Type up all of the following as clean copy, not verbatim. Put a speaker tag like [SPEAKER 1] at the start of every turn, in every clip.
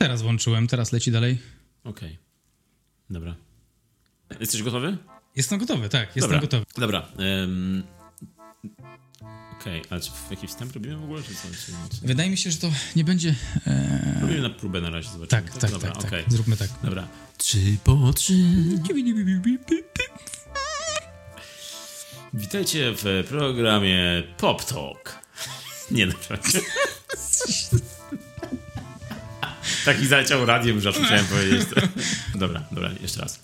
[SPEAKER 1] Teraz włączyłem, teraz leci dalej.
[SPEAKER 2] Okej. Dobra. Jesteś gotowy?
[SPEAKER 1] Jestem gotowy, tak, jestem gotowy.
[SPEAKER 2] Dobra. Okej, ale czy jakiś wstęp robimy w ogóle, czy co? Czy...
[SPEAKER 1] Wydaje mi się, że to nie będzie...
[SPEAKER 2] Robimy na próbę na razie, zobaczymy.
[SPEAKER 1] Tak,
[SPEAKER 2] Dobra,
[SPEAKER 1] tak,
[SPEAKER 2] okej.
[SPEAKER 1] zróbmy tak.
[SPEAKER 2] Dobra. 3 po 3. Witajcie w programie Pop Talk. Nie, naprawdę. Taki zaleciał radiem, że chciałem powiedzieć. Dobra, jeszcze raz.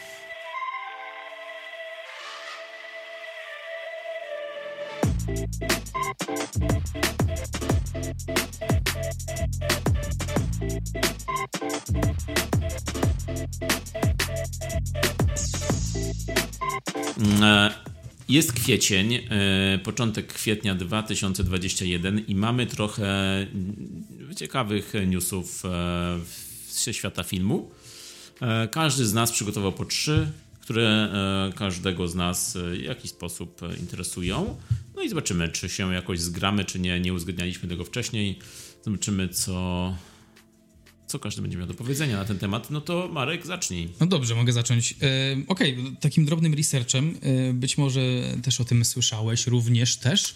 [SPEAKER 2] Jest kwiecień, początek kwietnia 2021 i mamy trochę ciekawych newsów ze świata filmu. Każdy z nas przygotował po 3, które każdego z nas w jakiś sposób interesują. No i zobaczymy, czy się jakoś zgramy, czy nie. Nie uzgadnialiśmy tego wcześniej. Zobaczymy, co każdy będzie miał do powiedzenia na ten temat. No to Marek, zacznij.
[SPEAKER 1] No dobrze, mogę zacząć. Okej, takim drobnym researchem, być może też o tym słyszałeś, również też.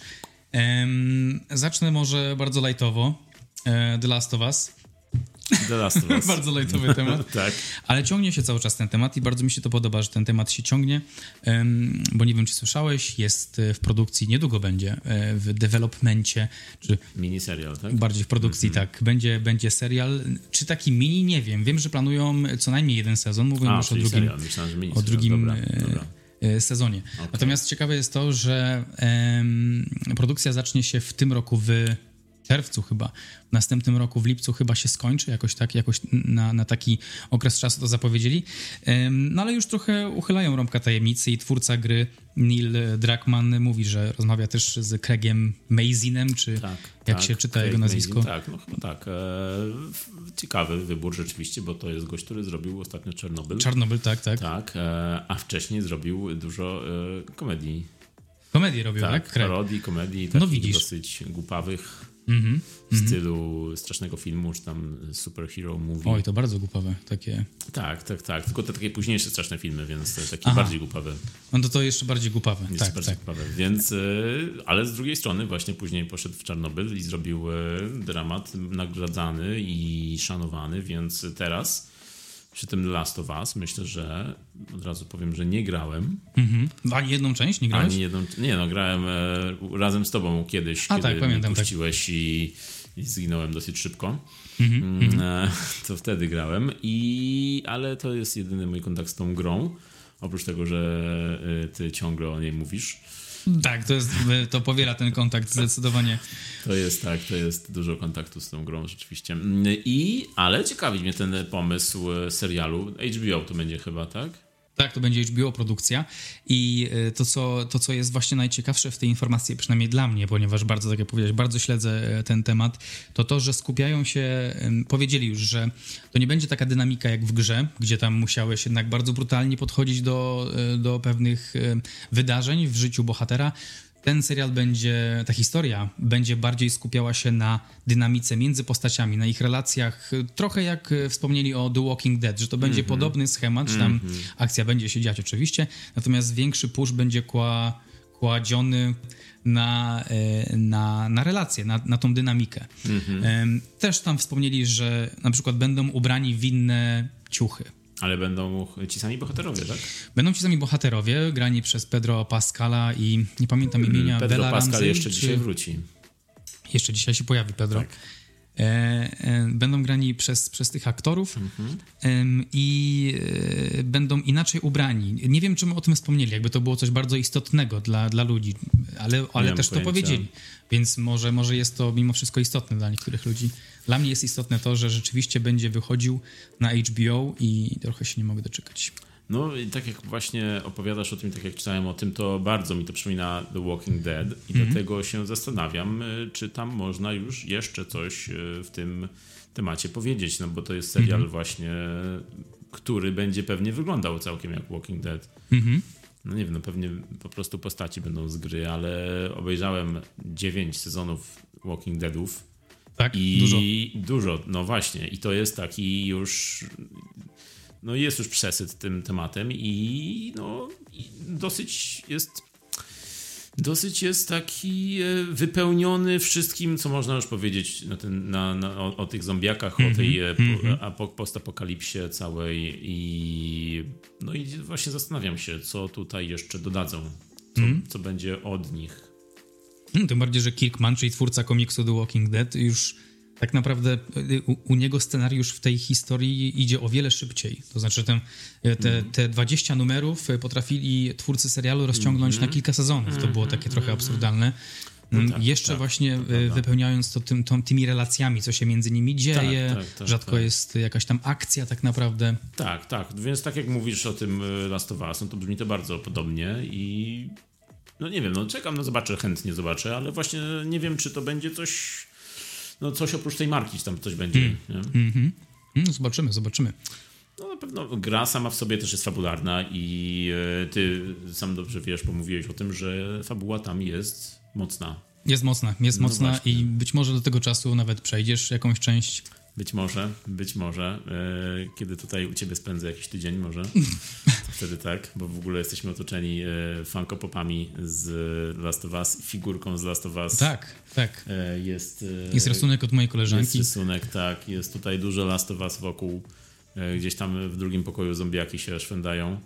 [SPEAKER 1] Zacznę może bardzo lightowo. The Last of Us.
[SPEAKER 2] The Last of Us.
[SPEAKER 1] Bardzo lightowy temat.
[SPEAKER 2] Tak.
[SPEAKER 1] Ale ciągnie się cały czas ten temat i bardzo mi się to podoba, że ten temat się ciągnie, bo nie wiem, czy słyszałeś, jest w produkcji, niedługo będzie, w developmencie, czy
[SPEAKER 2] miniserial, tak?
[SPEAKER 1] Bardziej w produkcji, tak. Będzie serial. Czy taki mini? Nie wiem. Wiem, że planują co najmniej jeden sezon. Mówią już o drugim,
[SPEAKER 2] serial. Myślałem, że miniserial. O drugim
[SPEAKER 1] sezonie.
[SPEAKER 2] Okay.
[SPEAKER 1] Natomiast ciekawe jest to, że produkcja zacznie się w tym roku w czerwcu chyba, w następnym roku, w lipcu chyba się skończy, jakoś na taki okres czasu to zapowiedzieli. No ale już trochę uchylają rąbka tajemnicy i twórca gry Neil Druckmann mówi, że rozmawia też z Craigiem Mazinem, czy jak się czyta
[SPEAKER 2] Craig
[SPEAKER 1] jego nazwisko?
[SPEAKER 2] Mazin, tak, no chyba tak. Ciekawy wybór rzeczywiście, bo to jest gość, który zrobił ostatnio Czarnobyl.
[SPEAKER 1] Czarnobyl, tak.
[SPEAKER 2] Tak, a wcześniej zrobił dużo komedii.
[SPEAKER 1] Komedii robił, tak?
[SPEAKER 2] Parodii, komedii, takich
[SPEAKER 1] widzisz.
[SPEAKER 2] Dosyć głupawych. W stylu strasznego filmu, czy tam superhero movie.
[SPEAKER 1] Oj, to bardzo głupawe, takie...
[SPEAKER 2] Tak. Tylko te takie późniejsze straszne filmy, więc te takie bardziej głupawe.
[SPEAKER 1] No to jeszcze bardziej głupawe.
[SPEAKER 2] Głupawe. Więc, ale z drugiej strony właśnie później poszedł w Czarnobyl i zrobił dramat nagradzany i szanowany, więc teraz przy tym The Last of Us myślę, że od razu powiem, że nie grałem.
[SPEAKER 1] Ani jedną część nie grałeś?
[SPEAKER 2] Nie, grałem razem z tobą kiedyś, kiedy
[SPEAKER 1] pamiętam,
[SPEAKER 2] mnie puściłeś i zginąłem dosyć szybko. To wtedy grałem, ale to jest jedyny mój kontakt z tą grą. Oprócz tego, że ty ciągle o niej mówisz.
[SPEAKER 1] Tak, to powiela ten kontakt zdecydowanie.
[SPEAKER 2] To jest dużo kontaktu z tą grą rzeczywiście. Ale ciekawi mnie ten pomysł serialu. HBO to będzie chyba, tak?
[SPEAKER 1] Tak, to będzie HBO produkcja i to, co jest właśnie najciekawsze w tej informacji, przynajmniej dla mnie, ponieważ bardzo, tak jak powiedziałeś, bardzo śledzę ten temat, to, że skupiają się, powiedzieli już, że to nie będzie taka dynamika jak w grze, gdzie tam musiałeś jednak bardzo brutalnie podchodzić do pewnych wydarzeń w życiu bohatera. Ten serial ta historia będzie bardziej skupiała się na dynamice między postaciami, na ich relacjach, trochę jak wspomnieli o The Walking Dead, że to będzie podobny schemat, że tam akcja będzie się dziać oczywiście, natomiast większy push będzie kładziony na relacje, na tą dynamikę. Też tam wspomnieli, że na przykład będą ubrani w inne ciuchy.
[SPEAKER 2] Ale będą ci sami bohaterowie, tak?
[SPEAKER 1] Będą ci sami bohaterowie, grani przez Pedro Pascala i nie pamiętam imienia.
[SPEAKER 2] Pedro
[SPEAKER 1] Bella
[SPEAKER 2] Pascal
[SPEAKER 1] Ramsey,
[SPEAKER 2] jeszcze dzisiaj wróci.
[SPEAKER 1] Jeszcze dzisiaj się pojawi Pedro.
[SPEAKER 2] Tak.
[SPEAKER 1] Będą grani przez tych aktorów i będą inaczej ubrani. Nie wiem, czy my o tym wspomnieli, jakby to było coś bardzo istotnego dla ludzi, ale też to powiedzieli. Więc może jest to mimo wszystko istotne dla niektórych ludzi. Dla mnie jest istotne to, że rzeczywiście będzie wychodził na HBO i trochę się nie mogę doczekać.
[SPEAKER 2] No i tak jak właśnie opowiadasz o tym, tak jak czytałem o tym, to bardzo mi to przypomina The Walking Dead i dlatego się zastanawiam, czy tam można już jeszcze coś w tym temacie powiedzieć, no bo to jest serial właśnie, który będzie pewnie wyglądał całkiem jak Walking Dead. No nie wiem, no pewnie po prostu postaci będą z gry, ale obejrzałem 9 sezonów Walking Deadów
[SPEAKER 1] Tak,
[SPEAKER 2] dużo, no właśnie. I to jest taki już... No jest już przesyt tym tematem i dosyć jest taki wypełniony wszystkim, co można już powiedzieć o tych zombiakach, o tej postapokalipsie całej i właśnie zastanawiam się, co tutaj jeszcze dodadzą, co będzie od nich.
[SPEAKER 1] Tym bardziej, że Kirkman, czyli twórca komiksu The Walking Dead, już tak naprawdę u niego scenariusz w tej historii idzie o wiele szybciej. To znaczy te 20 numerów potrafili twórcy serialu rozciągnąć na kilka sezonów. To było takie trochę absurdalne. No tak, jeszcze właśnie wypełniając to tymi relacjami, co się między nimi dzieje. Rzadko jest jakaś tam akcja tak naprawdę.
[SPEAKER 2] Tak. Więc tak jak mówisz o tym Last of Us, no to brzmi to bardzo podobnie i no nie wiem, czekam, chętnie zobaczę, ale właśnie nie wiem, czy to będzie coś oprócz tej marki, czy tam coś będzie.
[SPEAKER 1] Zobaczymy.
[SPEAKER 2] No na pewno gra sama w sobie też jest fabularna i ty sam dobrze wiesz, bo mówiłeś o tym, że fabuła tam jest mocna.
[SPEAKER 1] Jest mocna
[SPEAKER 2] właśnie.
[SPEAKER 1] I być może do tego czasu nawet przejdziesz jakąś część.
[SPEAKER 2] Być może. Kiedy tutaj u ciebie spędzę jakiś tydzień może, to wtedy tak, bo w ogóle jesteśmy otoczeni Funko Popami z Last of Us, figurką z Last of Us.
[SPEAKER 1] Tak.
[SPEAKER 2] Jest
[SPEAKER 1] rysunek od mojej koleżanki.
[SPEAKER 2] Jest rysunek, tak. Jest tutaj dużo Last of Us wokół. Gdzieś tam w drugim pokoju zombiaki się szwędają.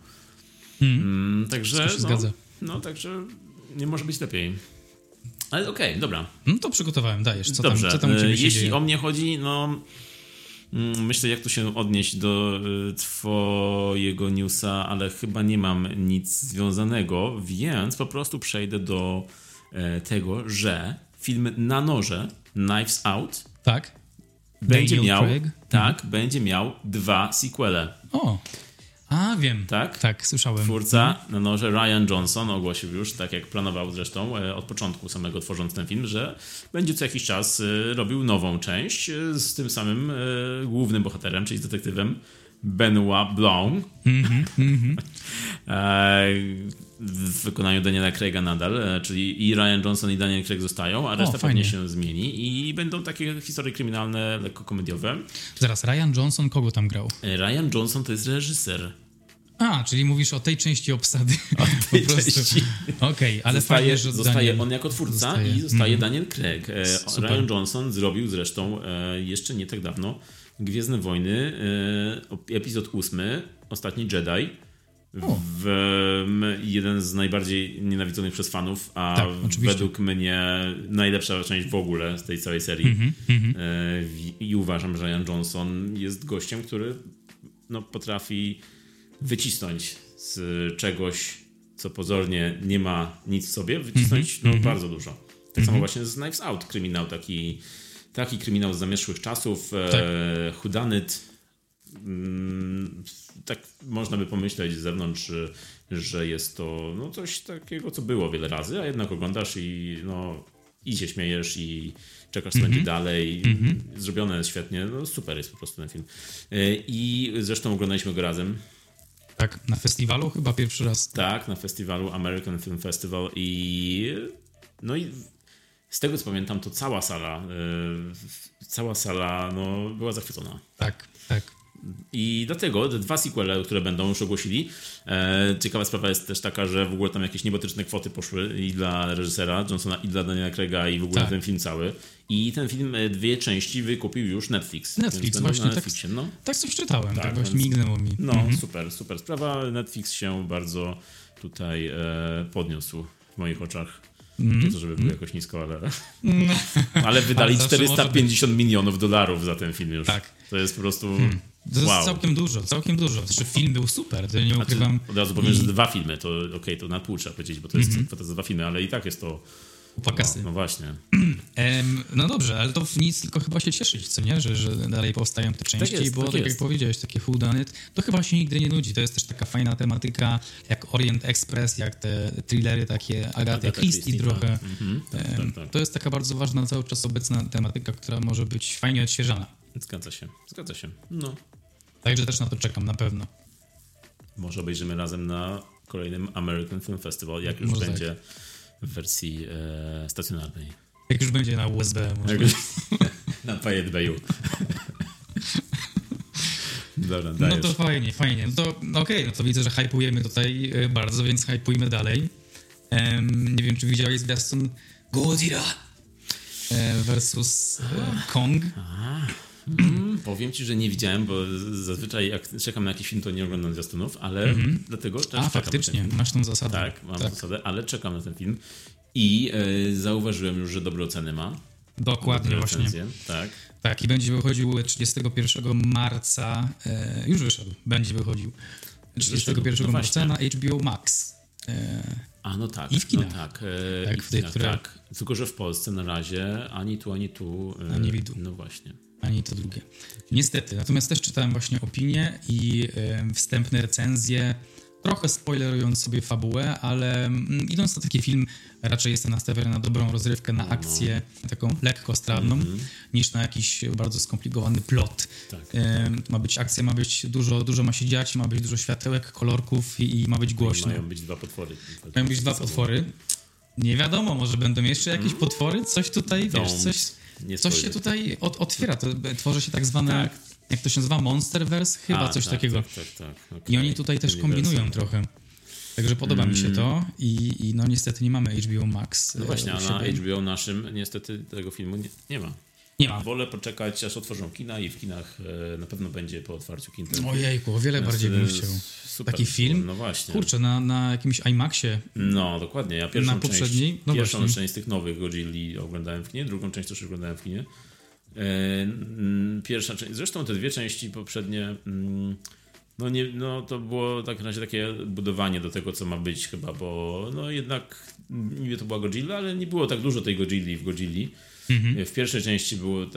[SPEAKER 2] Także
[SPEAKER 1] się zgadza.
[SPEAKER 2] Także nie może być lepiej. Ale okej, dobra.
[SPEAKER 1] No to przygotowałem, dajesz. Co
[SPEAKER 2] Dobrze.
[SPEAKER 1] tam u ciebie się
[SPEAKER 2] Jeśli
[SPEAKER 1] dzieje?
[SPEAKER 2] o mnie chodzi, myślę, jak tu się odnieść do twojego newsa, ale chyba nie mam nic związanego, więc po prostu przejdę do tego, że film Na noże, Knives Out,
[SPEAKER 1] Tak.
[SPEAKER 2] będzie miał,
[SPEAKER 1] Craig?
[SPEAKER 2] będzie miał 2 sequele.
[SPEAKER 1] O, wiem. Tak, słyszałem.
[SPEAKER 2] Twórca Na noże Rian Johnson ogłosił już, tak jak planował zresztą od początku samego tworząc ten film, że będzie co jakiś czas robił nową część z tym samym głównym bohaterem, czyli z detektywem Benoit Blanc. W wykonaniu Daniela Craiga nadal, czyli i Rian Johnson i Daniel Craig zostają, a reszta pewnie się zmieni i będą takie historie kryminalne, lekko komediowe.
[SPEAKER 1] Zaraz, Rian Johnson kogo tam grał?
[SPEAKER 2] Rian Johnson to jest reżyser.
[SPEAKER 1] Czyli mówisz o tej części obsady.
[SPEAKER 2] O tej części.
[SPEAKER 1] Okej, ale fajnie, że
[SPEAKER 2] zostaje on jako twórca i zostaje Daniel Craig.
[SPEAKER 1] Super.
[SPEAKER 2] Ryan Johnson zrobił zresztą jeszcze nie tak dawno Gwiezdne Wojny, epizod 8, Ostatni Jedi. Jeden z najbardziej nienawidzonych przez fanów, a według mnie najlepsza część w ogóle z tej całej serii. I uważam, że Ryan Johnson jest gościem, który potrafi wycisnąć z czegoś, co pozornie nie ma nic w sobie, wycisnąć bardzo dużo. Tak samo właśnie z Knives Out, kryminał, taki kryminał z zamierzchłych czasów, whodunit. Tak można by pomyśleć z zewnątrz, że jest to coś takiego, co było wiele razy, a jednak oglądasz i się śmiejesz i czekasz, co będzie dalej. Zrobione jest świetnie. Super jest po prostu ten film. I zresztą oglądaliśmy go razem.
[SPEAKER 1] Tak, na festiwalu chyba pierwszy raz.
[SPEAKER 2] Tak, na festiwalu American Film Festival i z tego co pamiętam, to cała sala była zachwycona.
[SPEAKER 1] Tak.
[SPEAKER 2] I dlatego te 2 sequele, które będą, już ogłosili. Ciekawa sprawa jest też taka, że w ogóle tam jakieś niebotyczne kwoty poszły i dla reżysera Johnsona, i dla Daniela Craiga, i w ogóle ten film cały. I ten film 2 części wykupił już Netflix.
[SPEAKER 1] Właśnie na Netflixie, tak coś czytałem, tak właśnie mignęło mi.
[SPEAKER 2] Super sprawa. Netflix się bardzo tutaj podniósł w moich oczach. Nie to, żeby było jakoś nisko, ale wydali $450 milionów za ten film już. Tak. To jest po prostu
[SPEAKER 1] To jest całkiem dużo. Znaczy film był super, to nie ukrywam.
[SPEAKER 2] Od razu powiem, że 2 filmy, to to na pół trzeba powiedzieć, bo to jest kwota za 2 filmy, ale i tak jest to...
[SPEAKER 1] Kasy.
[SPEAKER 2] No właśnie.
[SPEAKER 1] No dobrze, ale to nic, tylko chyba się cieszyć, co nie? Że dalej powstają te części, bo tak jak powiedziałeś, takie whodunit, to chyba się nigdy nie nudzi. To jest też taka fajna tematyka, jak Orient Express, jak te thrillery takie Agaty Christie trochę.
[SPEAKER 2] Tak.
[SPEAKER 1] To jest taka bardzo ważna, cały czas obecna tematyka, która może być fajnie odświeżana.
[SPEAKER 2] Zgadza się.
[SPEAKER 1] Także też na to czekam, na pewno.
[SPEAKER 2] Może obejrzymy razem na kolejnym American Film Festival, jak już będzie w wersji stacjonarnej.
[SPEAKER 1] Jak już będzie na USB.
[SPEAKER 2] Na Pirate Bayu. Dobra,
[SPEAKER 1] no to fajnie. No to okej, no to widzę, że hypujemy tutaj bardzo, więc hypujmy dalej. Nie wiem, czy widziałeś zwiastun Godzilla versus Kong.
[SPEAKER 2] Powiem ci, że nie widziałem, bo zazwyczaj jak czekam na jakiś film, to nie oglądam zwiastunów, ale dlatego też
[SPEAKER 1] faktycznie, masz tą zasadę.
[SPEAKER 2] Tak, mam zasadę, ale czekam na ten film i zauważyłem już, że dobre oceny ma.
[SPEAKER 1] Dokładnie, właśnie.
[SPEAKER 2] Tak.
[SPEAKER 1] Tak, i będzie wychodził 31 marca, już wyszedł, będzie wychodził 31 marca na HBO Max.
[SPEAKER 2] No tak.
[SPEAKER 1] I w kinach.
[SPEAKER 2] No tak,
[SPEAKER 1] tak, w tych, które...
[SPEAKER 2] tak. Tylko, że w Polsce na razie ani tu.
[SPEAKER 1] Ani widu.
[SPEAKER 2] No właśnie.
[SPEAKER 1] Ani to drugie. Niestety. Natomiast też czytałem właśnie opinie i wstępne recenzje, trochę spoilerując sobie fabułę, ale idąc na taki film, raczej jestem nastawiony na dobrą rozrywkę, na akcję taką lekko strawną, niż na jakiś bardzo skomplikowany plot.
[SPEAKER 2] Tak.
[SPEAKER 1] Ma być akcja, ma być dużo ma się dziać, ma być dużo światełek, kolorków i ma być głośno.
[SPEAKER 2] Mają być dwa potwory.
[SPEAKER 1] Mają być dwa potwory. Nie wiadomo, może będą jeszcze jakieś potwory? Coś tutaj, wiesz, coś się tutaj otwiera. To tworzy się tak zwane, jak to się nazywa, Monsterverse? Chyba coś takiego.
[SPEAKER 2] Tak. Okay.
[SPEAKER 1] I oni tutaj też kombinują trochę. Także podoba mi się to i no niestety nie mamy HBO Max.
[SPEAKER 2] No właśnie, a na HBO naszym niestety tego filmu nie ma.
[SPEAKER 1] Nie ma.
[SPEAKER 2] Wolę poczekać, aż otworzą kina i w kinach na pewno będzie po otwarciu kin.
[SPEAKER 1] Ojejku, o wiele bardziej bym chciał.
[SPEAKER 2] Super,
[SPEAKER 1] taki film.
[SPEAKER 2] No właśnie.
[SPEAKER 1] Kurczę, na jakimś IMAXie.
[SPEAKER 2] No, dokładnie. Ja pierwszą część z tych nowych Godzilli oglądałem w kinie, drugą część też oglądałem w kinie. Pierwsza część, zresztą te dwie części poprzednie, to było tak na razie takie budowanie do tego, co ma być chyba, bo no jednak niby to była Godzilla, ale nie było tak dużo tej Godzilli w Godzilli. W pierwszej części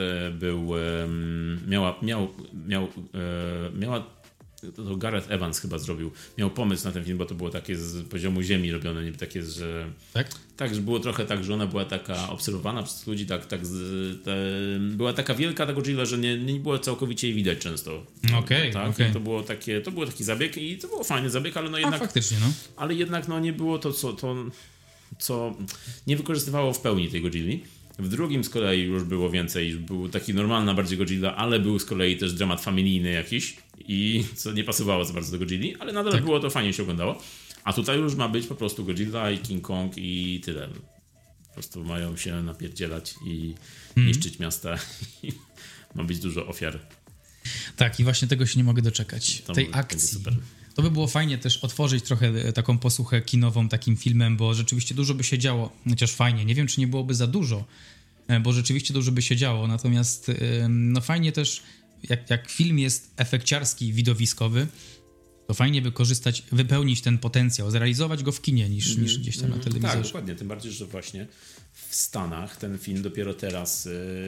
[SPEAKER 2] to Gareth Evans chyba zrobił. Miał pomysł na ten film, bo to było takie z poziomu ziemi robione, niby takie, że... Tak, że było trochę tak, że ona była taka obserwowana przez ludzi, była taka wielka ta Godzilla, że nie było całkowicie jej widać często.
[SPEAKER 1] Okej.
[SPEAKER 2] To był taki zabieg i to był fajny zabieg, ale no jednak...
[SPEAKER 1] faktycznie,
[SPEAKER 2] Ale jednak nie było to, co nie wykorzystywało w pełni tej Godzilli. W drugim z kolei już było więcej, był taki normalna bardziej Godzilla, ale był z kolei też dramat familijny jakiś i co nie pasowało za bardzo do Godzilli, ale nadal było to, fajnie się oglądało. A tutaj już ma być po prostu Godzilla i King Kong i tyle. Po prostu mają się napierdzielać i niszczyć miasta i ma być dużo ofiar.
[SPEAKER 1] Tak, i właśnie tego się nie mogę doczekać. Tej akcji. Super. To by było fajnie też otworzyć trochę taką posłuchę kinową takim filmem, bo rzeczywiście dużo by się działo, chociaż fajnie. Nie wiem, czy nie byłoby za dużo, bo rzeczywiście dużo by się działo. Natomiast no fajnie też, jak film jest efekciarski, widowiskowy, to fajnie wykorzystać, wypełnić ten potencjał, zrealizować go w kinie niż gdzieś tam na telewizorze.
[SPEAKER 2] Tak, dokładnie. Tym bardziej, że właśnie w Stanach ten film dopiero teraz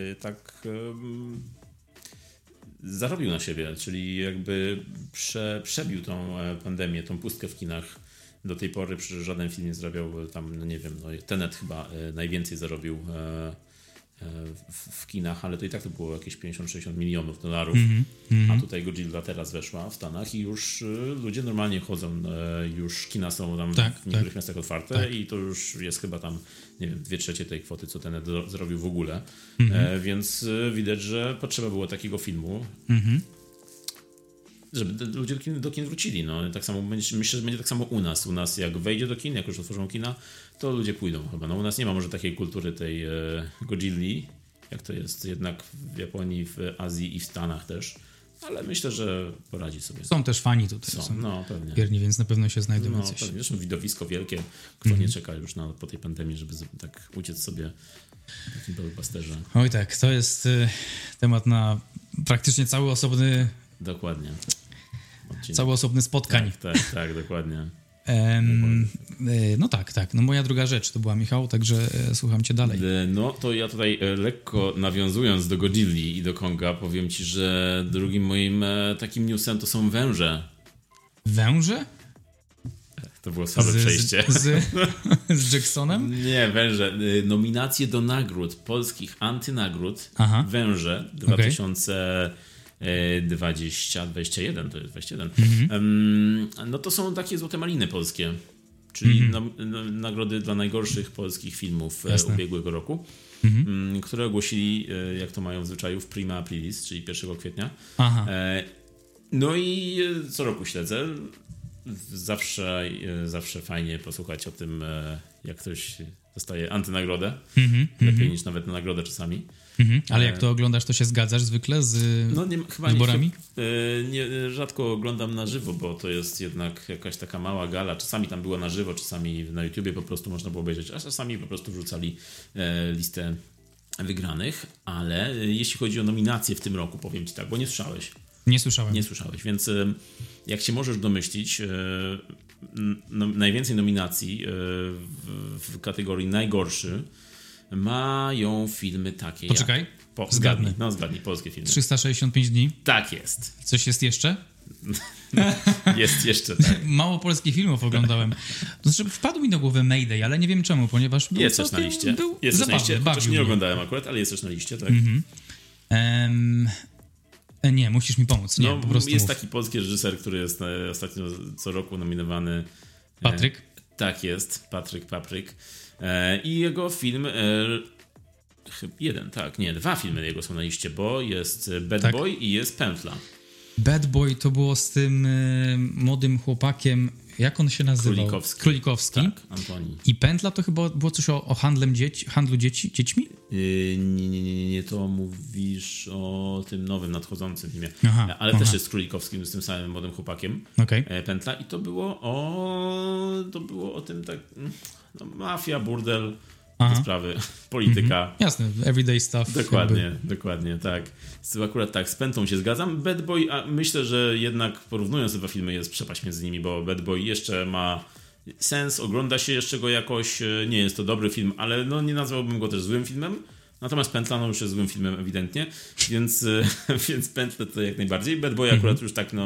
[SPEAKER 2] zarobił na siebie, czyli jakby przebił tą pandemię, tą pustkę w kinach. Do tej pory żaden film nie zarabiał tam, no nie wiem, Tenet chyba najwięcej zarobił w kinach, ale to i tak to było jakieś 50-60 milionów dolarów. A tutaj Godzilla teraz weszła w Stanach i już ludzie normalnie chodzą, już kina są tam w niektórych miastach otwarte i to już jest chyba tam, nie wiem, 2/3 tej kwoty, co Tenet zrobił w ogóle. Więc widać, że potrzeba było takiego filmu, żeby ludzie do kin wrócili. No, tak samo myślę, że będzie tak samo u nas. U nas jak wejdzie do kin, jak już otworzą kina, to ludzie pójdą chyba. No, u nas nie ma może takiej kultury tej Godzilli, jak to jest jednak w Japonii, w Azji i w Stanach też. Ale myślę, że poradzi sobie.
[SPEAKER 1] Są też fani tutaj. Są
[SPEAKER 2] pewnie.
[SPEAKER 1] Wierni, więc na pewno się znajdą coś.
[SPEAKER 2] Pewnie. Zresztą widowisko wielkie. Kto nie czeka już po tej pandemii, żeby tak uciec sobie w takim blockbusterze.
[SPEAKER 1] Oj tak, to jest temat na praktycznie cały osobny...
[SPEAKER 2] Dokładnie.
[SPEAKER 1] Cały osobny spotkań.
[SPEAKER 2] Tak, dokładnie.
[SPEAKER 1] No tak. No moja druga rzecz to była, Michał, także słucham cię dalej.
[SPEAKER 2] No to ja tutaj lekko nawiązując do Godzilli i do Konga, powiem ci, że drugim moim takim newsem to są węże.
[SPEAKER 1] Węże?
[SPEAKER 2] To było słabe przejście.
[SPEAKER 1] Z Jacksonem?
[SPEAKER 2] Nie, węże. Nominacje do nagród, polskich antynagród. Węże 2021 to jest 21. No to są takie złote maliny polskie, czyli nagrody dla najgorszych polskich filmów ubiegłego roku. które ogłosili, jak to mają w zwyczaju, w prima aprilis, czyli 1 kwietnia.
[SPEAKER 1] Aha.
[SPEAKER 2] No i co roku śledzę. Zawsze fajnie posłuchać o tym, jak ktoś dostaje antynagrodę. Lepiej niż nawet na nagrodę czasami.
[SPEAKER 1] Ale jak to oglądasz, to się zgadzasz zwykle z wyborami?
[SPEAKER 2] Rzadko oglądam na żywo, bo to jest jednak jakaś taka mała gala. Czasami tam było na żywo, czasami na YouTubie po prostu można było obejrzeć, a czasami po prostu wrzucali listę wygranych. Ale jeśli chodzi o nominacje w tym roku, powiem ci tak, bo nie słyszałeś.
[SPEAKER 1] Nie słyszałem.
[SPEAKER 2] Nie słyszałeś, więc jak się możesz domyślić, najwięcej nominacji w kategorii najgorszy mają filmy takie.
[SPEAKER 1] Poczekaj,
[SPEAKER 2] jak...
[SPEAKER 1] zgadnę.
[SPEAKER 2] Zgadnij, polskie filmy.
[SPEAKER 1] 365 dni?
[SPEAKER 2] Tak jest.
[SPEAKER 1] Coś jest jeszcze?
[SPEAKER 2] Jest jeszcze, tak.
[SPEAKER 1] Mało polskich filmów oglądałem. To znaczy, wpadł mi do głowy Mayday, ale nie wiem czemu, ponieważ był
[SPEAKER 2] jest też na liście.
[SPEAKER 1] Był
[SPEAKER 2] jest
[SPEAKER 1] zabawny,
[SPEAKER 2] też na liście, chociaż nie
[SPEAKER 1] mnie.
[SPEAKER 2] oglądałem akurat, ale jest też na liście, tak.
[SPEAKER 1] Nie, musisz mi pomóc. Nie, po prostu
[SPEAKER 2] jest
[SPEAKER 1] mów.
[SPEAKER 2] taki polski reżyser, który jest ostatnio co roku nominowany.
[SPEAKER 1] Patryk?
[SPEAKER 2] Tak jest, Papryk. I jego film... dwa filmy jego są na liście, bo jest Bad Boy i jest Pętla.
[SPEAKER 1] Bad Boy to było z tym młodym chłopakiem, jak on się nazywał? Królikowski.
[SPEAKER 2] Tak, Antoni.
[SPEAKER 1] I Pętla to chyba było coś o handlu dziećmi?
[SPEAKER 2] Nie, to mówisz o tym nowym, nadchodzącym filmie. Ale
[SPEAKER 1] Aha.
[SPEAKER 2] też jest Królikowskim, z tym samym młodym chłopakiem.
[SPEAKER 1] Okay.
[SPEAKER 2] Pętla i to było o tym tak, mafia, burdel, te sprawy, polityka.
[SPEAKER 1] Jasne, everyday stuff.
[SPEAKER 2] Dokładnie, tak. Akurat tak, z Pętlą się zgadzam. Bad Boy, a myślę, że jednak porównując te dwa filmy jest przepaść między nimi, bo Bad Boy jeszcze ma sens, ogląda się jeszcze go jakoś, nie jest to dobry film, ale nie nazwałbym go też złym filmem. Natomiast Pętla już jest złym filmem ewidentnie, więc Pętlę to jak najbardziej. Bad Boy akurat już tak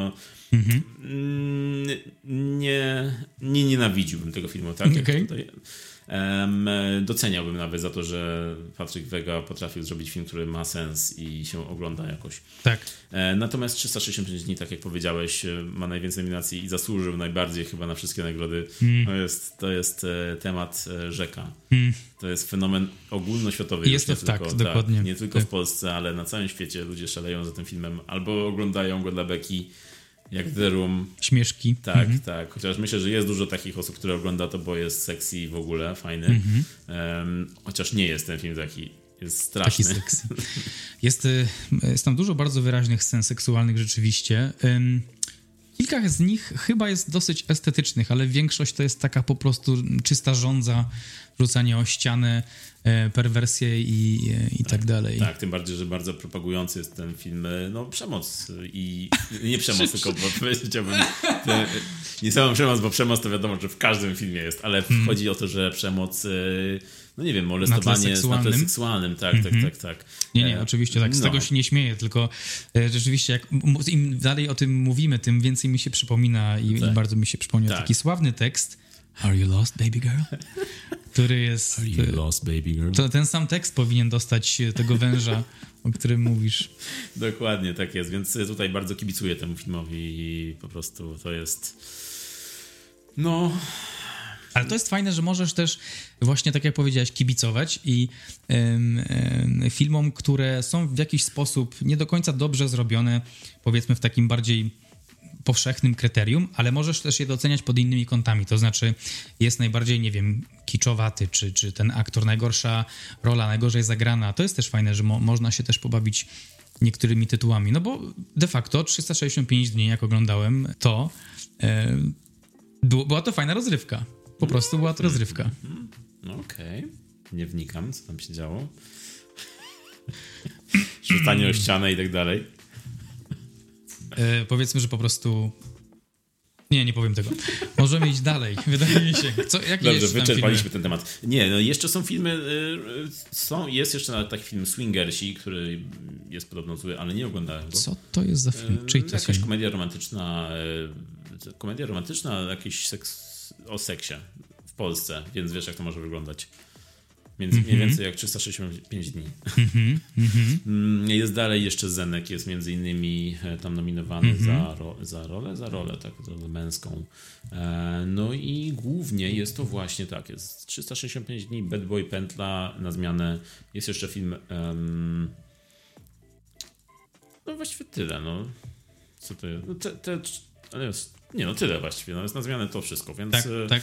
[SPEAKER 2] nie nienawidziłbym tego filmu, tak?
[SPEAKER 1] Okay.
[SPEAKER 2] Doceniałbym nawet za to, że Patryk Wega potrafił zrobić film, który ma sens i się ogląda jakoś.
[SPEAKER 1] Tak.
[SPEAKER 2] Natomiast 365 dni, tak jak powiedziałeś, ma najwięcej nominacji i zasłużył najbardziej chyba na wszystkie nagrody. To jest temat rzeka. To jest fenomen ogólnoświatowy.
[SPEAKER 1] Jest to tak, dokładnie.
[SPEAKER 2] Nie tylko w Polsce, ale na całym świecie ludzie szaleją za tym filmem albo oglądają go dla beki, jak The Room.
[SPEAKER 1] Śmieszki.
[SPEAKER 2] Tak. Chociaż myślę, że jest dużo takich osób, które ogląda to, bo jest sexy w ogóle, fajny. Chociaż nie jest ten film taki. Jest straszny.
[SPEAKER 1] Taki sexy. Jest tam dużo bardzo wyraźnych scen seksualnych rzeczywiście. Kilka z nich chyba jest dosyć estetycznych, ale większość to jest taka po prostu czysta żądza, rzucanie o ścianę, perwersje i tak dalej.
[SPEAKER 2] Tak, tym bardziej, że bardzo propagujący jest ten film przemoc i nie przemoc, tylko powiedziałbym nie samą przemoc, bo przemoc to wiadomo, że w każdym filmie jest, ale chodzi o to, że przemoc molestowanie na tle seksualnym. Tak.
[SPEAKER 1] Nie, oczywiście tak. Z tego się nie śmieję, tylko rzeczywiście jak im dalej o tym mówimy, tym więcej mi się przypomina i bardzo mi się przypomniał taki sławny tekst Are you lost, baby girl? Który jest...
[SPEAKER 2] Are you lost, baby girl?
[SPEAKER 1] To ten sam tekst powinien dostać tego węża, o którym mówisz.
[SPEAKER 2] Dokładnie, tak jest, więc tutaj bardzo kibicuję temu filmowi i po prostu to jest...
[SPEAKER 1] Ale to jest fajne, że możesz też właśnie, tak jak powiedziałeś, kibicować i filmom, które są w jakiś sposób nie do końca dobrze zrobione, powiedzmy w takim bardziej powszechnym kryterium, ale możesz też je doceniać pod innymi kątami. To znaczy jest najbardziej, nie wiem, kiczowaty, czy ten aktor najgorsza rola, najgorzej zagrana. To jest też fajne, że można się też pobawić niektórymi tytułami. No bo de facto 365 dni, jak oglądałem, to była to fajna rozrywka. Po prostu była to rozrywka.
[SPEAKER 2] Okej. Nie wnikam, co tam się działo. Rzucanie o ścianę i tak dalej.
[SPEAKER 1] Powiedzmy, że po prostu... Nie powiem tego. Możemy iść dalej, wydaje mi się.
[SPEAKER 2] Dobrze, wyczerpaliśmy ten temat. Nie, jeszcze są filmy... Jest jeszcze taki film Swingersi, który jest podobno zły, ale nie oglądałem go.
[SPEAKER 1] Co to jest za film? Czyj to
[SPEAKER 2] jakaś
[SPEAKER 1] film?
[SPEAKER 2] komedia romantyczna, jakiś seks o seksie w Polsce, więc wiesz, jak to może wyglądać. Mniej więcej jak 365 dni. Jest dalej jeszcze Zenek, jest między innymi tam nominowany za rolę, tak, rolę męską. No i głównie jest to właśnie tak, jest 365 dni, Bad Boy, Pętla na zmianę. Jest jeszcze film no właściwie tyle, no. Co to jest? No, tyle właściwie, no jest na zmianę to wszystko, więc...
[SPEAKER 1] Tak.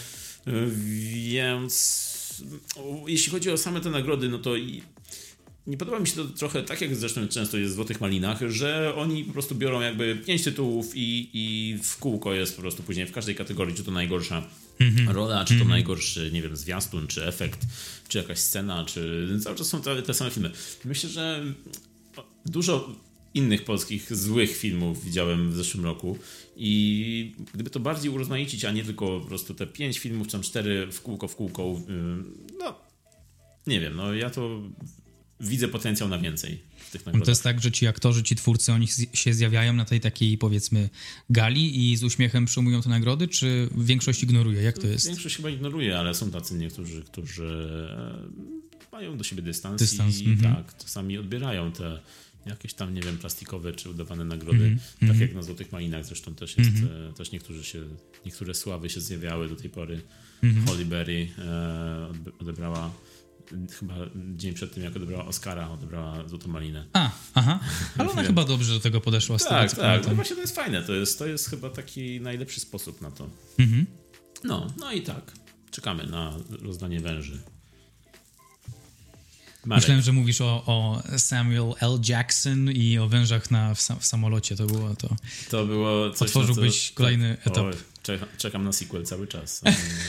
[SPEAKER 2] Więc jeśli chodzi o same te nagrody, no to nie podoba mi się to trochę, tak jak zresztą często jest w Złotych Malinach, że oni po prostu biorą jakby 5 tytułów i w kółko jest po prostu później w każdej kategorii, czy to najgorsza rola, czy to najgorszy, nie wiem, zwiastun, czy efekt, czy jakaś scena, czy cały czas są te same filmy. Myślę, że dużo innych polskich złych filmów widziałem w zeszłym roku i gdyby to bardziej urozmaicić, a nie tylko po prostu te 5 filmów, czy tam 4 w kółko, no nie wiem, no ja to widzę potencjał na więcej w tych nagrodach.
[SPEAKER 1] To jest tak, że ci aktorzy, ci twórcy, oni się zjawiają na tej takiej, powiedzmy, gali i z uśmiechem przyjmują te nagrody, czy większość ignoruje? Jak to jest?
[SPEAKER 2] Większość chyba ignoruje, ale są tacy niektórzy, którzy mają do siebie dystans. I tak, czasami odbierają te jakieś tam, nie wiem, plastikowe czy udawane nagrody, tak jak na Złotych Malinach zresztą też jest, też niektóre sławy się zjawiały do tej pory. Halle Berry odebrała chyba dzień przed tym, jak odebrała Oscara, odebrała Złotą Malinę.
[SPEAKER 1] Ale ona chyba dobrze do tego podeszła.
[SPEAKER 2] Tak, no właśnie to jest fajne, to jest chyba taki najlepszy sposób na to. No i tak, czekamy na rozdanie węży. Marek.
[SPEAKER 1] Myślałem, że mówisz o Samuel L. Jackson i o wężach w samolocie. To było coś. Otworzyłbyś kolejny etap.
[SPEAKER 2] Czekam na sequel cały czas.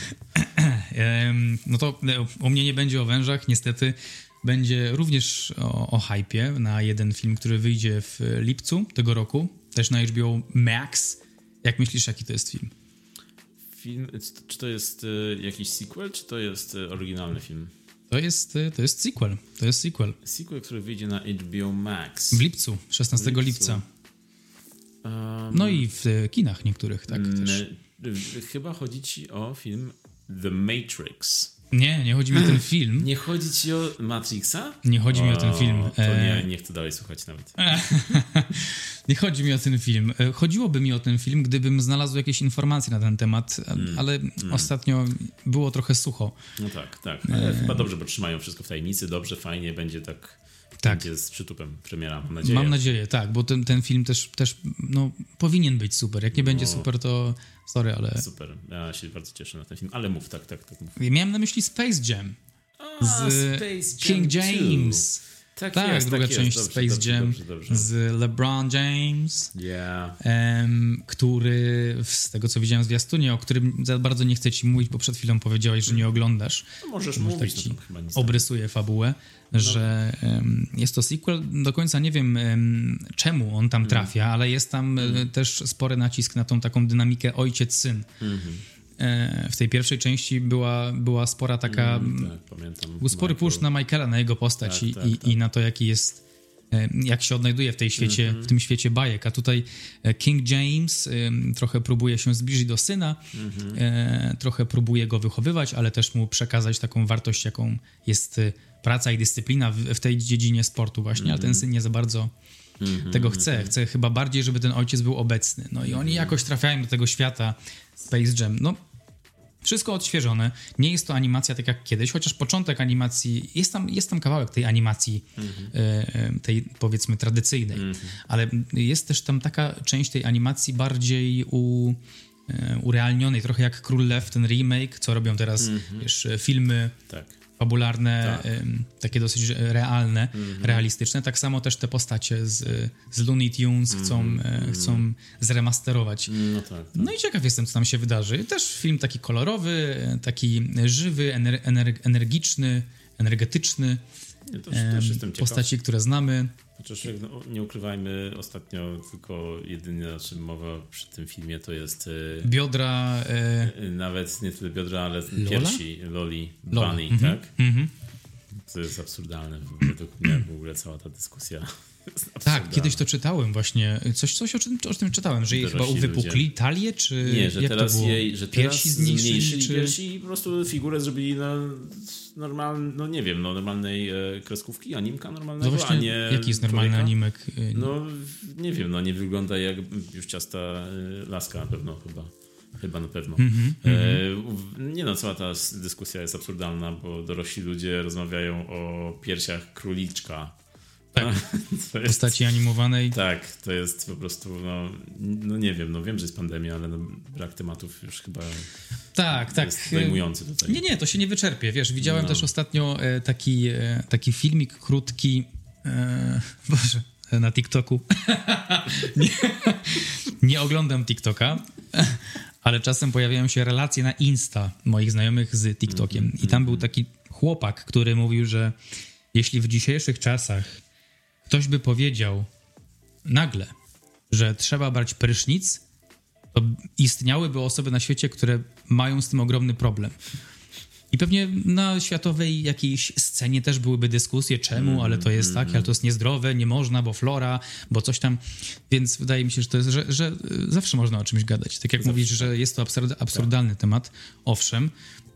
[SPEAKER 1] No to u mnie nie będzie o wężach, niestety. Będzie również o hypie na jeden film, który wyjdzie w lipcu tego roku. Też na HBO Max. Jak myślisz, jaki to jest film?
[SPEAKER 2] Czy to jest jakiś sequel, czy to jest oryginalny film?
[SPEAKER 1] To jest sequel. To jest sequel.
[SPEAKER 2] Sequel, który wyjdzie na HBO Max.
[SPEAKER 1] W lipcu, 16 lipca. No i w kinach niektórych, tak też.
[SPEAKER 2] Chyba chodzi ci o film The Matrix.
[SPEAKER 1] Nie chodzi mi o ten film.
[SPEAKER 2] Nie chodzi ci o Matrixa?
[SPEAKER 1] Nie chodzi mi o ten film.
[SPEAKER 2] To nie chcę dalej słuchać nawet.
[SPEAKER 1] Nie chodzi mi o ten film. Chodziłoby mi o ten film, gdybym znalazł jakieś informacje na ten temat, ale ostatnio było trochę sucho.
[SPEAKER 2] No tak. Ale chyba dobrze, bo trzymają wszystko w tajemnicy. Dobrze, fajnie, będzie tak. Będzie z przytupem premiera, mam nadzieję.
[SPEAKER 1] Mam nadzieję, tak, bo ten film też no, powinien być super. Jak nie będzie super, to sorry, ale...
[SPEAKER 2] Super, ja się bardzo cieszę na ten film, ale mów, tak mów.
[SPEAKER 1] Miałem na myśli Space Jam. Z King James. Tak, druga część Space Jam z LeBron James, który, z tego co widziałem w zwiastunie, o którym za bardzo nie chcę ci mówić, bo przed chwilą powiedziałeś, że nie oglądasz.
[SPEAKER 2] No możesz mówić,
[SPEAKER 1] tak ci obrysuję fabułę, że jest to sequel. Do końca nie wiem, czemu on tam trafia, ale jest tam też spory nacisk na tą taką dynamikę ojciec-syn. W tej pierwszej części była spora taka...
[SPEAKER 2] pamiętam.
[SPEAKER 1] Był spory push na Michaela, na jego postać i na to, jaki jest... Jak się odnajduje w tym świecie bajek. A tutaj King James trochę próbuje się zbliżyć do syna, trochę próbuje go wychowywać, ale też mu przekazać taką wartość, jaką jest praca i dyscyplina w tej dziedzinie sportu właśnie, ale ten syn nie za bardzo tego chce. Chce chyba bardziej, żeby ten ojciec był obecny. No i oni jakoś trafiają do tego świata Space Jam. No, wszystko odświeżone. Nie jest to animacja tak jak kiedyś, chociaż początek animacji, jest tam kawałek tej animacji, tej powiedzmy tradycyjnej, ale jest też tam taka część tej animacji bardziej urealnionej, trochę jak Król Lew, ten remake, co robią teraz wiesz, filmy fabularne, takie dosyć realne, realistyczne. Tak samo też te postacie z Looney Tunes chcą zremasterować. No i ciekaw jestem, co tam się wydarzy. Też film taki kolorowy, taki żywy, energiczny, energetyczny.
[SPEAKER 2] Też jestem ciekaw.
[SPEAKER 1] Postaci, które znamy.
[SPEAKER 2] Chociaż nie ukrywajmy, ostatnio tylko jedynie o czym mowa przy tym filmie to jest... To jest absurdalne. Według mnie w ogóle cała ta dyskusja jest absurdalna.
[SPEAKER 1] Tak, kiedyś to czytałem właśnie. Coś o tym czytałem, że jej chyba uwypukli talię, czy
[SPEAKER 2] nie, że
[SPEAKER 1] jak
[SPEAKER 2] teraz
[SPEAKER 1] to było?
[SPEAKER 2] że
[SPEAKER 1] Piersi
[SPEAKER 2] teraz
[SPEAKER 1] zmniejszyli, czy...
[SPEAKER 2] piersi i po prostu figurę zrobili normalnej kreskówki, animka normalnego,
[SPEAKER 1] No właśnie,
[SPEAKER 2] a nie
[SPEAKER 1] jaki jest normalny
[SPEAKER 2] człowieka.
[SPEAKER 1] animek?
[SPEAKER 2] No nie wiem, nie wygląda jak już ciasta laska na pewno chyba na pewno. Nie no, cała ta dyskusja jest absurdalna, bo dorośli ludzie rozmawiają o piersiach króliczka.
[SPEAKER 1] Tak, w postaci animowanej.
[SPEAKER 2] Tak, to jest po prostu, no nie wiem, wiem, że jest pandemia, ale brak tematów już chyba jest zajmujący tutaj.
[SPEAKER 1] Nie, to się nie wyczerpie, wiesz, widziałem też ostatnio taki filmik krótki, Boże, na TikToku. nie oglądam TikToka, ale czasem pojawiają się relacje na Insta moich znajomych z TikTokiem i tam był taki chłopak, który mówił, że jeśli w dzisiejszych czasach ktoś by powiedział nagle, że trzeba brać prysznic, to istniałyby osoby na świecie, które mają z tym ogromny problem. I pewnie na światowej jakiejś scenie też byłyby dyskusje, czemu, ale to jest tak, ale to jest niezdrowe, nie można, bo flora, bo coś tam. Więc wydaje mi się, że to jest, że zawsze można o czymś gadać. Tak jak mówisz, że jest to absurdalny temat, owszem,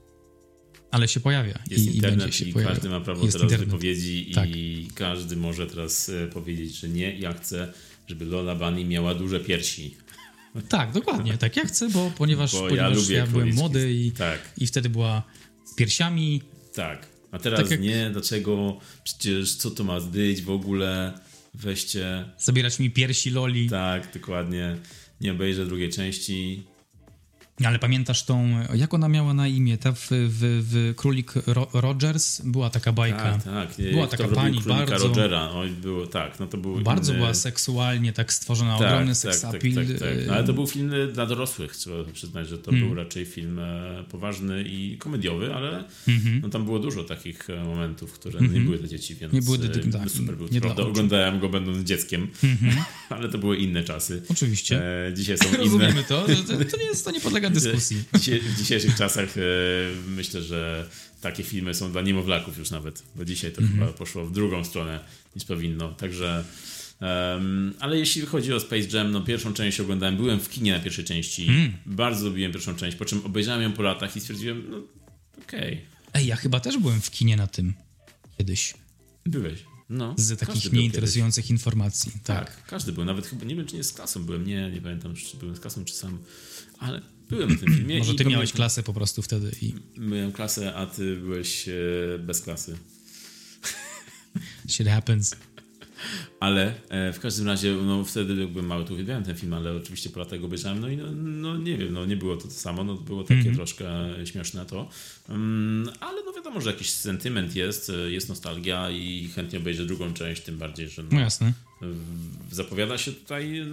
[SPEAKER 1] ale się pojawia.
[SPEAKER 2] Jest
[SPEAKER 1] i
[SPEAKER 2] internet
[SPEAKER 1] będzie się
[SPEAKER 2] i
[SPEAKER 1] pojawiał.
[SPEAKER 2] każdy ma prawo
[SPEAKER 1] Jest
[SPEAKER 2] teraz
[SPEAKER 1] internet.
[SPEAKER 2] wypowiedzi
[SPEAKER 1] Tak.
[SPEAKER 2] i każdy może teraz powiedzieć, że nie, ja chcę, żeby Lola Bunny miała duże piersi.
[SPEAKER 1] Tak, dokładnie. Tak, ja chcę, ponieważ ja byłem młody i wtedy była z piersiami.
[SPEAKER 2] Tak. A teraz tak nie, dlaczego? Przecież co to ma być w ogóle? Weźcie.
[SPEAKER 1] Zabierać mi piersi Loli.
[SPEAKER 2] Tak, dokładnie. Nie obejrzę drugiej części.
[SPEAKER 1] Ale pamiętasz tą, jak ona miała na imię? Ta w Królik Rogers była taka bajka.
[SPEAKER 2] Tak.
[SPEAKER 1] Była taka pani bardzo...
[SPEAKER 2] Rogera. Oj, było, to był
[SPEAKER 1] bardzo
[SPEAKER 2] inny...
[SPEAKER 1] była seksualnie tak stworzona, ogromny sex appeal.
[SPEAKER 2] Tak. Ale to był film dla dorosłych, trzeba przyznać, że to był raczej film poważny i komediowy, ale tam było dużo takich momentów, które nie były dla dzieci, więc
[SPEAKER 1] nie były
[SPEAKER 2] super był.
[SPEAKER 1] Nie
[SPEAKER 2] Prawda, oglądałem go będąc dzieckiem, ale to były inne czasy.
[SPEAKER 1] Oczywiście.
[SPEAKER 2] Dzisiaj są inne.
[SPEAKER 1] Rozumiemy to nie podlega dyskusji.
[SPEAKER 2] W dzisiejszych czasach myślę, że takie filmy są dla niemowlaków już nawet, bo dzisiaj to chyba poszło w drugą stronę niż powinno. Także, ale jeśli chodzi o Space Jam, pierwszą część oglądałem, byłem w kinie na pierwszej części, bardzo lubiłem pierwszą część, po czym obejrzałem ją po latach i stwierdziłem, okej.
[SPEAKER 1] Ej, ja chyba też byłem w kinie na tym kiedyś.
[SPEAKER 2] Byłeś.
[SPEAKER 1] Z takich nieinteresujących informacji. Tak,
[SPEAKER 2] każdy był, nawet chyba, nie wiem, czy nie z klasą byłem, nie pamiętam, czy byłem z klasą, czy sam, ale byłem na tym filmie.
[SPEAKER 1] Może ty miałeś klasę po prostu wtedy.
[SPEAKER 2] Miałem klasę, a ty byłeś bez klasy.
[SPEAKER 1] Shit happens.
[SPEAKER 2] Ale w każdym razie, wtedy jakby mały, to uwielbiałem ten film, ale oczywiście po latach go obejrzałem, nie wiem, nie było to samo, było takie troszkę śmieszne to, ale wiadomo, że jakiś sentyment jest nostalgia i chętnie obejrzę drugą część, tym bardziej, że
[SPEAKER 1] jasne.
[SPEAKER 2] Zapowiada się tutaj,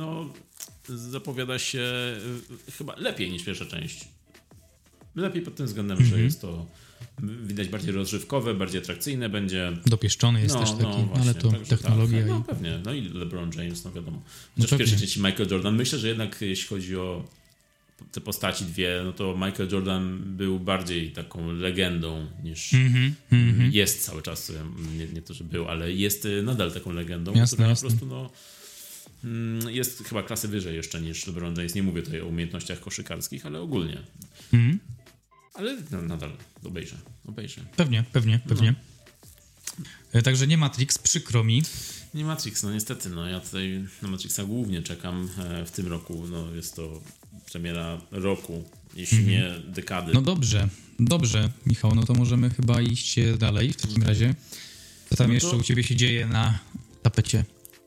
[SPEAKER 2] chyba lepiej niż pierwsza część. Lepiej pod tym względem, że jest to widać bardziej rozrywkowe, bardziej atrakcyjne będzie.
[SPEAKER 1] Dopieszczony jest też taki, właśnie, ale to technologia.
[SPEAKER 2] Tak, pewnie. I LeBron James, wiadomo. Chociaż w pierwszej części Michael Jordan. Myślę, że jednak jeśli chodzi o te postaci dwie, to Michael Jordan był bardziej taką legendą niż jest cały czas. Nie to, że był, ale jest nadal taką legendą, która po prostu jest chyba klasy wyżej jeszcze niż LeBron James. Nie mówię tutaj o umiejętnościach koszykarskich, ale ogólnie. Ale nadal obejrzę.
[SPEAKER 1] Pewnie. Także nie Matrix, przykro mi.
[SPEAKER 2] Nie Matrix, niestety. Ja tutaj na Matrixa głównie czekam w tym roku. Jest to premiera roku, jeśli nie dekady.
[SPEAKER 1] Dobrze, Michał, to możemy chyba iść dalej w takim razie. Co tam jeszcze u ciebie się dzieje na tapecie?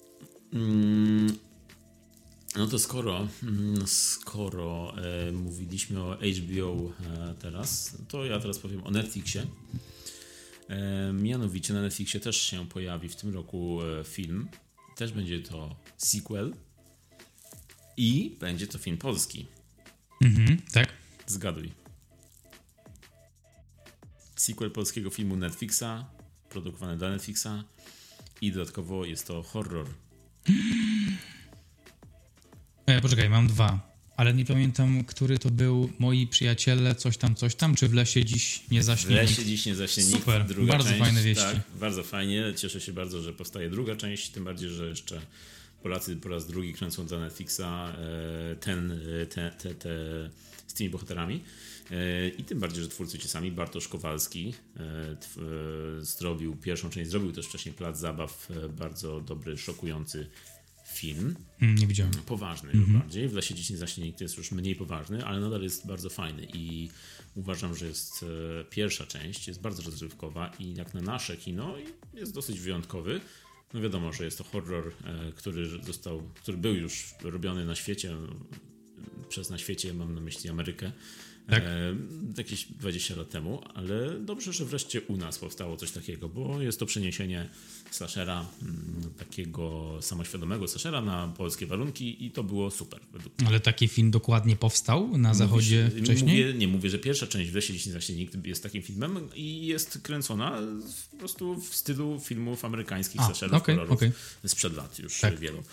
[SPEAKER 2] To skoro mówiliśmy o HBO teraz, to ja teraz powiem o Netflixie. Mianowicie na Netflixie też się pojawi w tym roku film. Też będzie to sequel. I będzie to film polski.
[SPEAKER 1] Tak.
[SPEAKER 2] Zgaduj. Sequel polskiego filmu Netflixa, produkowany dla Netflixa i dodatkowo jest to horror.
[SPEAKER 1] Poczekaj, mam dwa. ale nie pamiętam, który to był Moi przyjaciele, coś tam, czy W lesie dziś nie zaśnie nikt.
[SPEAKER 2] W lesie dziś nie zaśnie nikt.
[SPEAKER 1] Super,
[SPEAKER 2] Druga
[SPEAKER 1] bardzo
[SPEAKER 2] część.
[SPEAKER 1] fajne wieści.
[SPEAKER 2] Tak, bardzo fajnie. Cieszę się bardzo, że powstaje druga część, tym bardziej, że jeszcze Polacy po raz drugi kręcą dla Netflixa z tymi bohaterami. I tym bardziej, że twórcy ci sami, Bartosz Kowalski zrobił pierwszą część, zrobił też wcześniej Plac Zabaw, bardzo dobry, szokujący film.
[SPEAKER 1] Nie widziałem.
[SPEAKER 2] Poważny już bardziej. W lesie dziś nie zaśnie nikt jest już mniej poważny, ale nadal jest bardzo fajny i uważam, że jest pierwsza część, jest bardzo rozrywkowa i jak na nasze kino jest dosyć wyjątkowy. No wiadomo, że jest to horror, który był już robiony na świecie, na świecie mam na myśli Amerykę,
[SPEAKER 1] tak?
[SPEAKER 2] Jakieś 20 lat temu, ale dobrze, że wreszcie u nas powstało coś takiego, bo jest to przeniesienie slashera, takiego samoświadomego slashera na polskie warunki i to było super.
[SPEAKER 1] Ale taki film dokładnie powstał na zachodzie wcześniej?
[SPEAKER 2] Nie mówię, że pierwsza część W lesie dziś nie zaśnie nikt jest takim filmem i jest kręcona po prostu w stylu filmów amerykańskich slasherów, horrorów sprzed lat już wielu.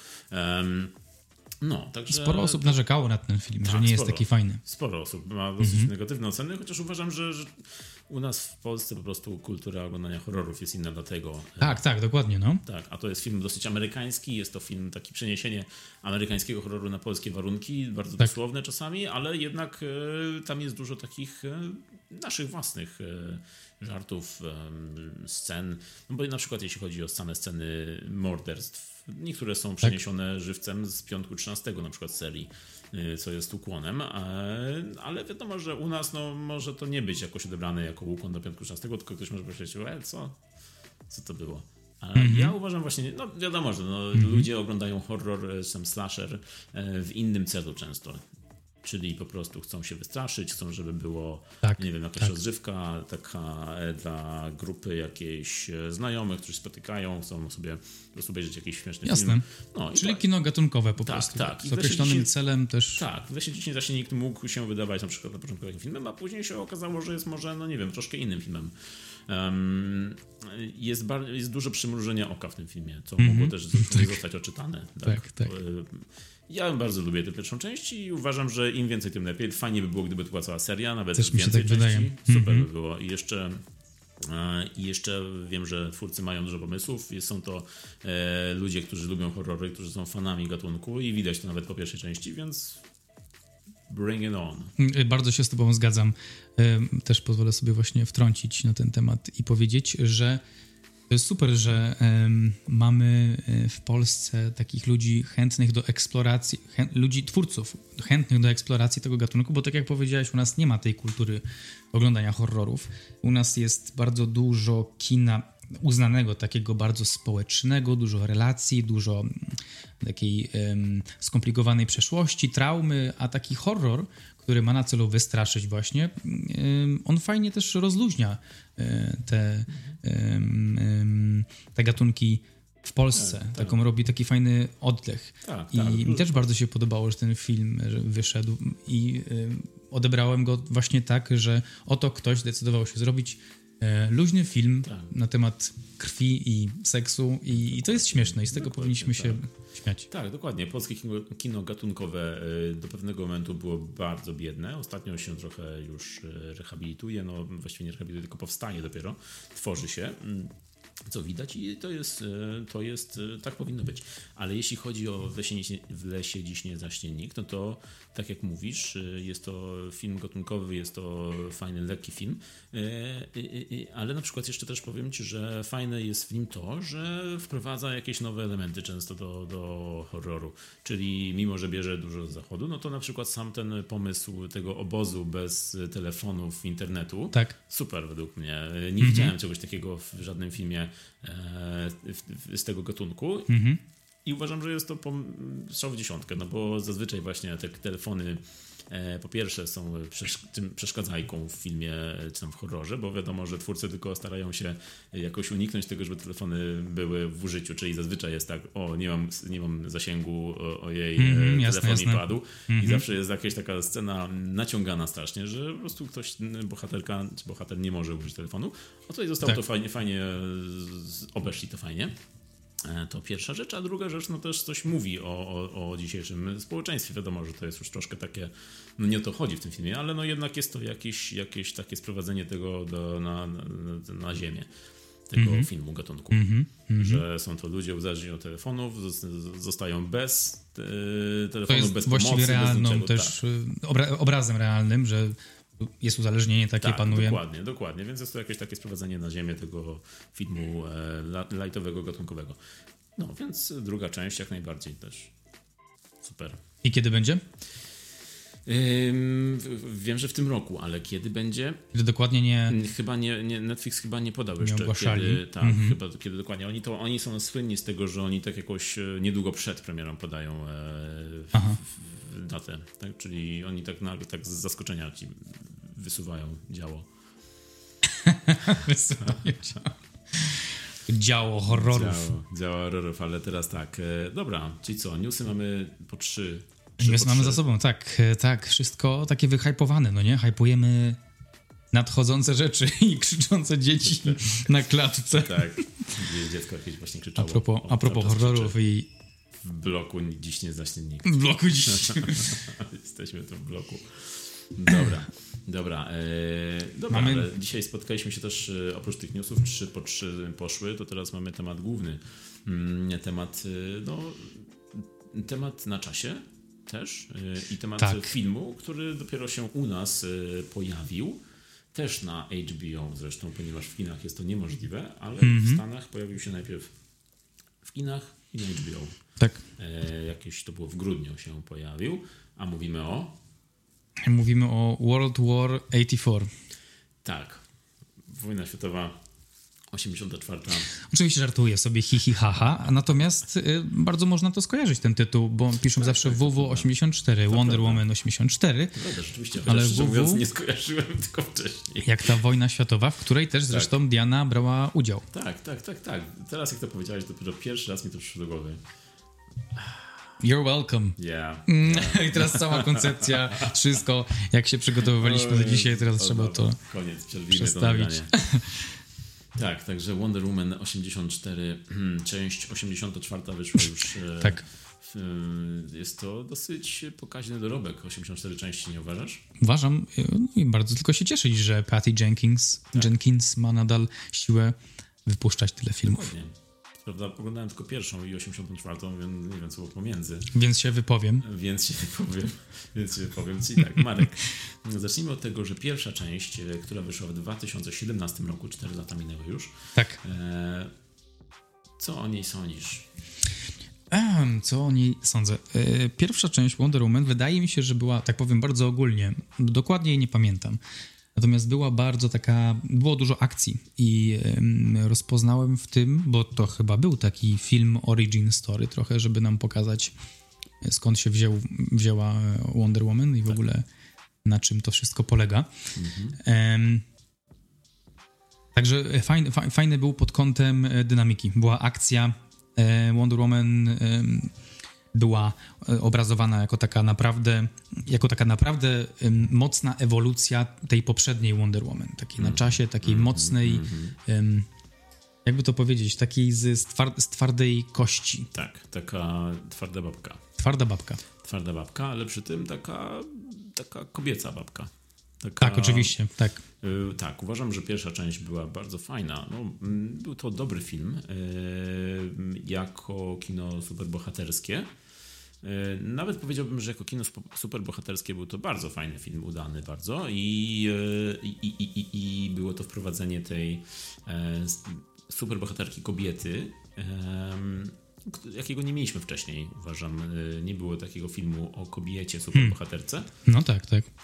[SPEAKER 2] Także
[SPEAKER 1] sporo osób narzekało na ten film, że nie jest taki fajny.
[SPEAKER 2] Sporo osób ma dosyć negatywne oceny, chociaż uważam, że u nas w Polsce po prostu kultura oglądania horrorów jest inna dlatego.
[SPEAKER 1] Tak, dokładnie, no.
[SPEAKER 2] Tak, a to jest film dosyć amerykański, jest to film taki przeniesienie amerykańskiego horroru na polskie warunki, bardzo dosłowne czasami, ale jednak tam jest dużo takich naszych własnych żartów, scen, no bo na przykład jeśli chodzi o same sceny morderstw, niektóre są przeniesione żywcem z Piątku 13 na przykład serii, co jest ukłonem, ale wiadomo, że u nas może to nie być jakoś odebrane jako ukłon do Piątku 13, tylko ktoś może powiedzieć, co to było? Ja uważam właśnie, wiadomo, że ludzie oglądają horror, sam slasher w innym celu często. Czyli po prostu chcą się wystraszyć, chcą, żeby było, nie wiem, jakaś rozrywka taka dla grupy jakiejś znajomych, którzy spotykają, chcą sobie po prostu obejrzeć jakiś śmieszny film.
[SPEAKER 1] Czyli kino gatunkowe po prostu.
[SPEAKER 2] Tak.
[SPEAKER 1] Z określonym celem też.
[SPEAKER 2] Tak, w lesie dziś nie zacznie nikt mógł się wydawać na przykład na początku takim filmem, a później się okazało, że jest może, nie wiem, troszkę innym filmem. Jest dużo przymrużenia oka w tym filmie, co mogło też zostać odczytane.
[SPEAKER 1] Tak.
[SPEAKER 2] Ja bardzo lubię tę pierwszą część i uważam, że im więcej, tym lepiej. Fajnie by było, gdyby to była cała seria, nawet
[SPEAKER 1] też
[SPEAKER 2] więcej
[SPEAKER 1] mi się tak
[SPEAKER 2] części.
[SPEAKER 1] wydaje.
[SPEAKER 2] Super by było. I jeszcze wiem, że twórcy mają dużo pomysłów. Są to ludzie, którzy lubią horrory, którzy są fanami gatunku i widać to nawet po pierwszej części, więc bring it on.
[SPEAKER 1] Bardzo się z tobą zgadzam. Też pozwolę sobie właśnie wtrącić na ten temat i powiedzieć, że to jest super, że mamy w Polsce takich ludzi chętnych do eksploracji, twórców chętnych do eksploracji tego gatunku, bo tak jak powiedziałeś, u nas nie ma tej kultury oglądania horrorów. U nas jest bardzo dużo kina uznanego, takiego bardzo społecznego, dużo relacji, dużo takiej skomplikowanej przeszłości, traumy, a taki horror, który ma na celu wystraszyć właśnie, on fajnie też rozluźnia te gatunki w Polsce. Taką robi taki fajny oddech. I mi też bardzo się podobało, że ten film wyszedł i odebrałem go właśnie tak, że oto ktoś zdecydował się zrobić luźny film na temat krwi i seksu i to jest śmieszne i z tego powinniśmy się śmiać.
[SPEAKER 2] Tak, dokładnie. Polskie kino gatunkowe do pewnego momentu było bardzo biedne. Ostatnio się trochę już rehabilituje, właściwie nie rehabilituje, tylko powstaje dopiero, tworzy się. Co widać i to jest tak powinno być. Ale jeśli chodzi o W lesie dziś nie zaśnie nikt, to tak jak mówisz, jest to film gatunkowy, jest to fajny, lekki film, ale na przykład jeszcze też powiem Ci, że fajne jest w nim to, że wprowadza jakieś nowe elementy często do horroru, czyli mimo, że bierze dużo z zachodu, to na przykład sam ten pomysł tego obozu bez telefonów, internetu, super według mnie. Nie widziałem czegoś takiego w żadnym filmie z tego gatunku i uważam, że jest to strzał w dziesiątkę, bo zazwyczaj właśnie te telefony po pierwsze są tym przeszkadzajką w filmie czy tam w horrorze, bo wiadomo, że twórcy tylko starają się jakoś uniknąć tego, żeby telefony były w użyciu, czyli zazwyczaj jest tak, nie mam zasięgu, telefon mi padł i zawsze jest jakaś taka scena naciągana strasznie, że po prostu ktoś, bohaterka czy bohater nie może użyć telefonu, a tutaj zostało to fajnie, obeszli to fajnie. To pierwsza rzecz, a druga rzecz, no też coś mówi o dzisiejszym społeczeństwie. Wiadomo, że to jest już troszkę takie, no nie o to chodzi w tym filmie, ale no jednak jest to jakieś takie sprowadzenie tego na ziemię, tego filmu, gatunku. Że są to ludzie uzależnieni od telefonów, zostają bez telefonów, bez pomocy.
[SPEAKER 1] Właściwie realną
[SPEAKER 2] bez niczego,
[SPEAKER 1] też obrazem realnym, że jest uzależnienie takie panuje.
[SPEAKER 2] Dokładnie, więc jest to jakieś takie sprowadzenie na ziemię tego filmu lightowego, gatunkowego. No, więc druga część jak najbardziej też super.
[SPEAKER 1] I kiedy będzie?
[SPEAKER 2] Wiem, że w tym roku, ale kiedy będzie?
[SPEAKER 1] Kiedy dokładnie nie...
[SPEAKER 2] Chyba nie Netflix chyba nie podał jeszcze.
[SPEAKER 1] Nie ogłaszali.
[SPEAKER 2] Chyba kiedy dokładnie. Oni są słynni z tego, że oni tak jakoś niedługo przed premierą podają datę. Tak? Czyli oni tak z zaskoczenia ci wysuwają działo.
[SPEAKER 1] Działo horrorów.
[SPEAKER 2] Działo horrorów, ale teraz tak. Dobra, czyli co? Newsy mamy po 3.
[SPEAKER 1] Newsy mamy za sobą, tak. Wszystko takie wyhypowane, no nie? Hypujemy nadchodzące rzeczy i krzyczące dzieci na klatce.
[SPEAKER 2] Tak. Dziecko jakieś właśnie krzyczało.
[SPEAKER 1] A propos horrorów i...
[SPEAKER 2] W bloku dziś nie zaśnie nikt.
[SPEAKER 1] W bloku dziś.
[SPEAKER 2] Jesteśmy tu w bloku. Dobra, ale dzisiaj spotkaliśmy się też, oprócz tych newsów, 3 po 3 poszły, to teraz mamy temat główny. Temat na czasie też i temat filmu, który dopiero się u nas pojawił. Też na HBO zresztą, ponieważ w kinach jest to niemożliwe, ale w Stanach pojawił się najpierw w kinach i na HBO.
[SPEAKER 1] Tak.
[SPEAKER 2] Jakieś to było w grudniu się pojawił, a mówimy o
[SPEAKER 1] World War 84.
[SPEAKER 2] Tak. Wojna światowa 84.
[SPEAKER 1] Oczywiście żartuję sobie haha, natomiast bardzo można to skojarzyć ten tytuł, bo piszą zawsze WW 84, Wonder Woman 84.
[SPEAKER 2] Prawda, rzeczywiście,
[SPEAKER 1] ale
[SPEAKER 2] WW nie skojarzyłem tylko wcześniej.
[SPEAKER 1] Jak ta wojna światowa, w której też zresztą Diana brała udział.
[SPEAKER 2] Tak. Teraz jak to powiedziałeś, dopiero pierwszy raz mi to przyszło do głowy.
[SPEAKER 1] You're welcome.
[SPEAKER 2] Yeah.
[SPEAKER 1] I teraz cała koncepcja, wszystko, jak się przygotowywaliśmy do dzisiaj, teraz trzeba to
[SPEAKER 2] koniec,
[SPEAKER 1] przestawić.
[SPEAKER 2] Tak, także Wonder Woman 84, część 84 wyszła już.
[SPEAKER 1] Tak.
[SPEAKER 2] Jest to dosyć pokaźny dorobek, 84 części, nie uważasz?
[SPEAKER 1] Uważam i bardzo tylko się cieszyć, że Patty Jenkins ma nadal siłę wypuszczać tyle filmów.
[SPEAKER 2] Dokładnie. Prawda, oglądałem tylko pierwszą i 84, więc nie wiem, co było pomiędzy.
[SPEAKER 1] Więc się wypowiem.
[SPEAKER 2] Czyli tak, Marek, zacznijmy od tego, że pierwsza część, która wyszła w 2017 roku, 4 lata minęły już.
[SPEAKER 1] Tak.
[SPEAKER 2] Co o niej sądzisz?
[SPEAKER 1] Co o niej sądzę? Pierwsza część Wonder Woman wydaje mi się, że była, tak powiem bardzo ogólnie, dokładnie jej nie pamiętam. Natomiast była bardzo było dużo akcji i rozpoznałem w tym, bo to chyba był taki film origin story trochę, żeby nam pokazać, skąd się wzięła Wonder Woman i w ogóle na czym to wszystko polega. Także fajny był pod kątem dynamiki. Była akcja, Wonder Woman była obrazowana jako taka naprawdę mocna ewolucja tej poprzedniej Wonder Woman. Takiej na czasie, takiej mocnej, jakby to powiedzieć, takiej z twardej kości.
[SPEAKER 2] Tak, taka twarda babka. Twarda babka, ale przy tym taka kobieca babka.
[SPEAKER 1] Tak, oczywiście, tak.
[SPEAKER 2] Tak, uważam, że pierwsza część była bardzo fajna. Był to dobry film jako kino superbohaterskie. Nawet powiedziałbym, że jako kino superbohaterskie był to bardzo fajny film, udany bardzo i było to wprowadzenie tej superbohaterki kobiety, jakiego nie mieliśmy wcześniej, uważam. Nie było takiego filmu o kobiecie superbohaterce.
[SPEAKER 1] No tak.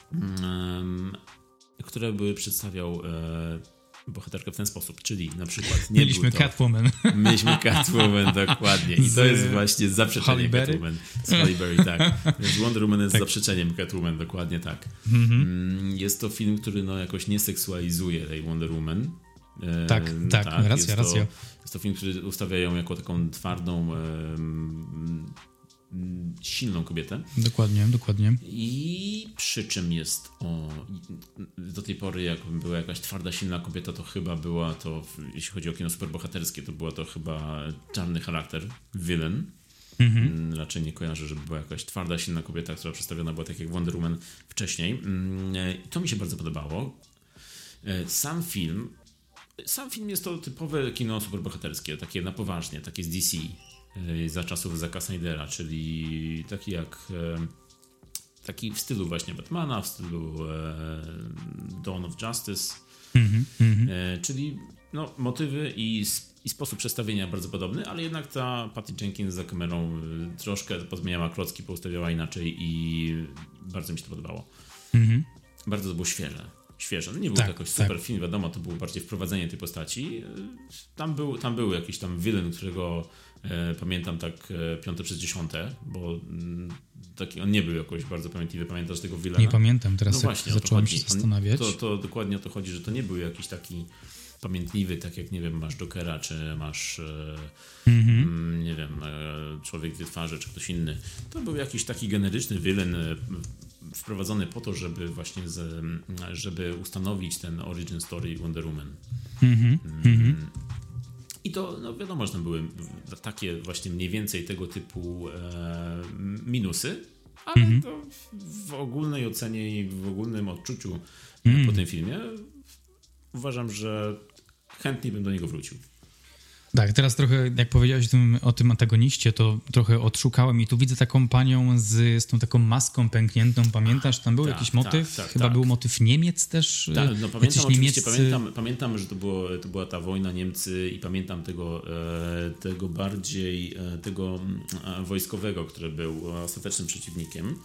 [SPEAKER 2] Które by przedstawiał bohaterkę w ten sposób, czyli na przykład
[SPEAKER 1] Mieliśmy Catwoman.
[SPEAKER 2] Mieliśmy Catwoman, dokładnie. I to jest właśnie zaprzeczeniem Catwoman. Z Halle Berry, tak. Więc Wonder Woman jest zaprzeczeniem Catwoman, dokładnie tak. Jest to film, który jakoś nie seksualizuje tej Wonder Woman.
[SPEAKER 1] Tak, racja.
[SPEAKER 2] Jest to film, który ustawia ją jako taką twardą silną kobietę.
[SPEAKER 1] Dokładnie.
[SPEAKER 2] I przy czym jest do tej pory jak była jakaś twarda, silna kobieta, to chyba była to, jeśli chodzi o kino superbohaterskie, to była to chyba czarny charakter, villain. Raczej nie kojarzę, żeby była jakaś twarda, silna kobieta, która przedstawiona była tak jak Wonder Woman wcześniej. To mi się bardzo podobało. Sam film jest to typowe kino superbohaterskie, takie na poważnie, takie z DC za czasów Zacka Snydera, czyli taki w stylu właśnie Batmana, w stylu Dawn of Justice, czyli no, motywy i sposób przedstawienia bardzo podobny, ale jednak ta Patty Jenkins za kamerą troszkę pozmieniała klocki, poustawiała inaczej i bardzo mi się to podobało. Bardzo to było świeże. No nie był to jakoś super film, wiadomo, to było bardziej wprowadzenie tej postaci. Tam był jakiś tam villain, którego pamiętam tak 5 przez 10, bo taki on nie był jakoś bardzo pamiętliwy. Pamiętasz tego villaina?
[SPEAKER 1] Nie pamiętam, teraz
[SPEAKER 2] no właśnie,
[SPEAKER 1] zacząłem się zastanawiać.
[SPEAKER 2] To dokładnie o to chodzi, że to nie był jakiś taki pamiętliwy, tak jak, nie wiem, masz Jokera, czy masz nie wiem, Człowiek dwie twarzy, czy ktoś inny. To był jakiś taki generyczny villain wprowadzony po to, żeby właśnie żeby ustanowić ten origin story Wonder Woman. I to, no wiadomo, że tam były takie właśnie mniej więcej tego typu minusy, ale to w ogólnej ocenie i w ogólnym odczuciu po tym filmie uważam, że chętnie bym do niego wrócił.
[SPEAKER 1] Tak, teraz trochę, jak powiedziałeś o tym antagoniście, to trochę odszukałem i tu widzę taką panią z tą taką maską pękniętą. Pamiętasz, tam był jakiś motyw? Chyba był motyw Niemiec też?
[SPEAKER 2] Tak, no pamiętam oczywiście, pamiętam, że to była ta wojna Niemcy i pamiętam tego bardziej, tego wojskowego, który był ostatecznym przeciwnikiem.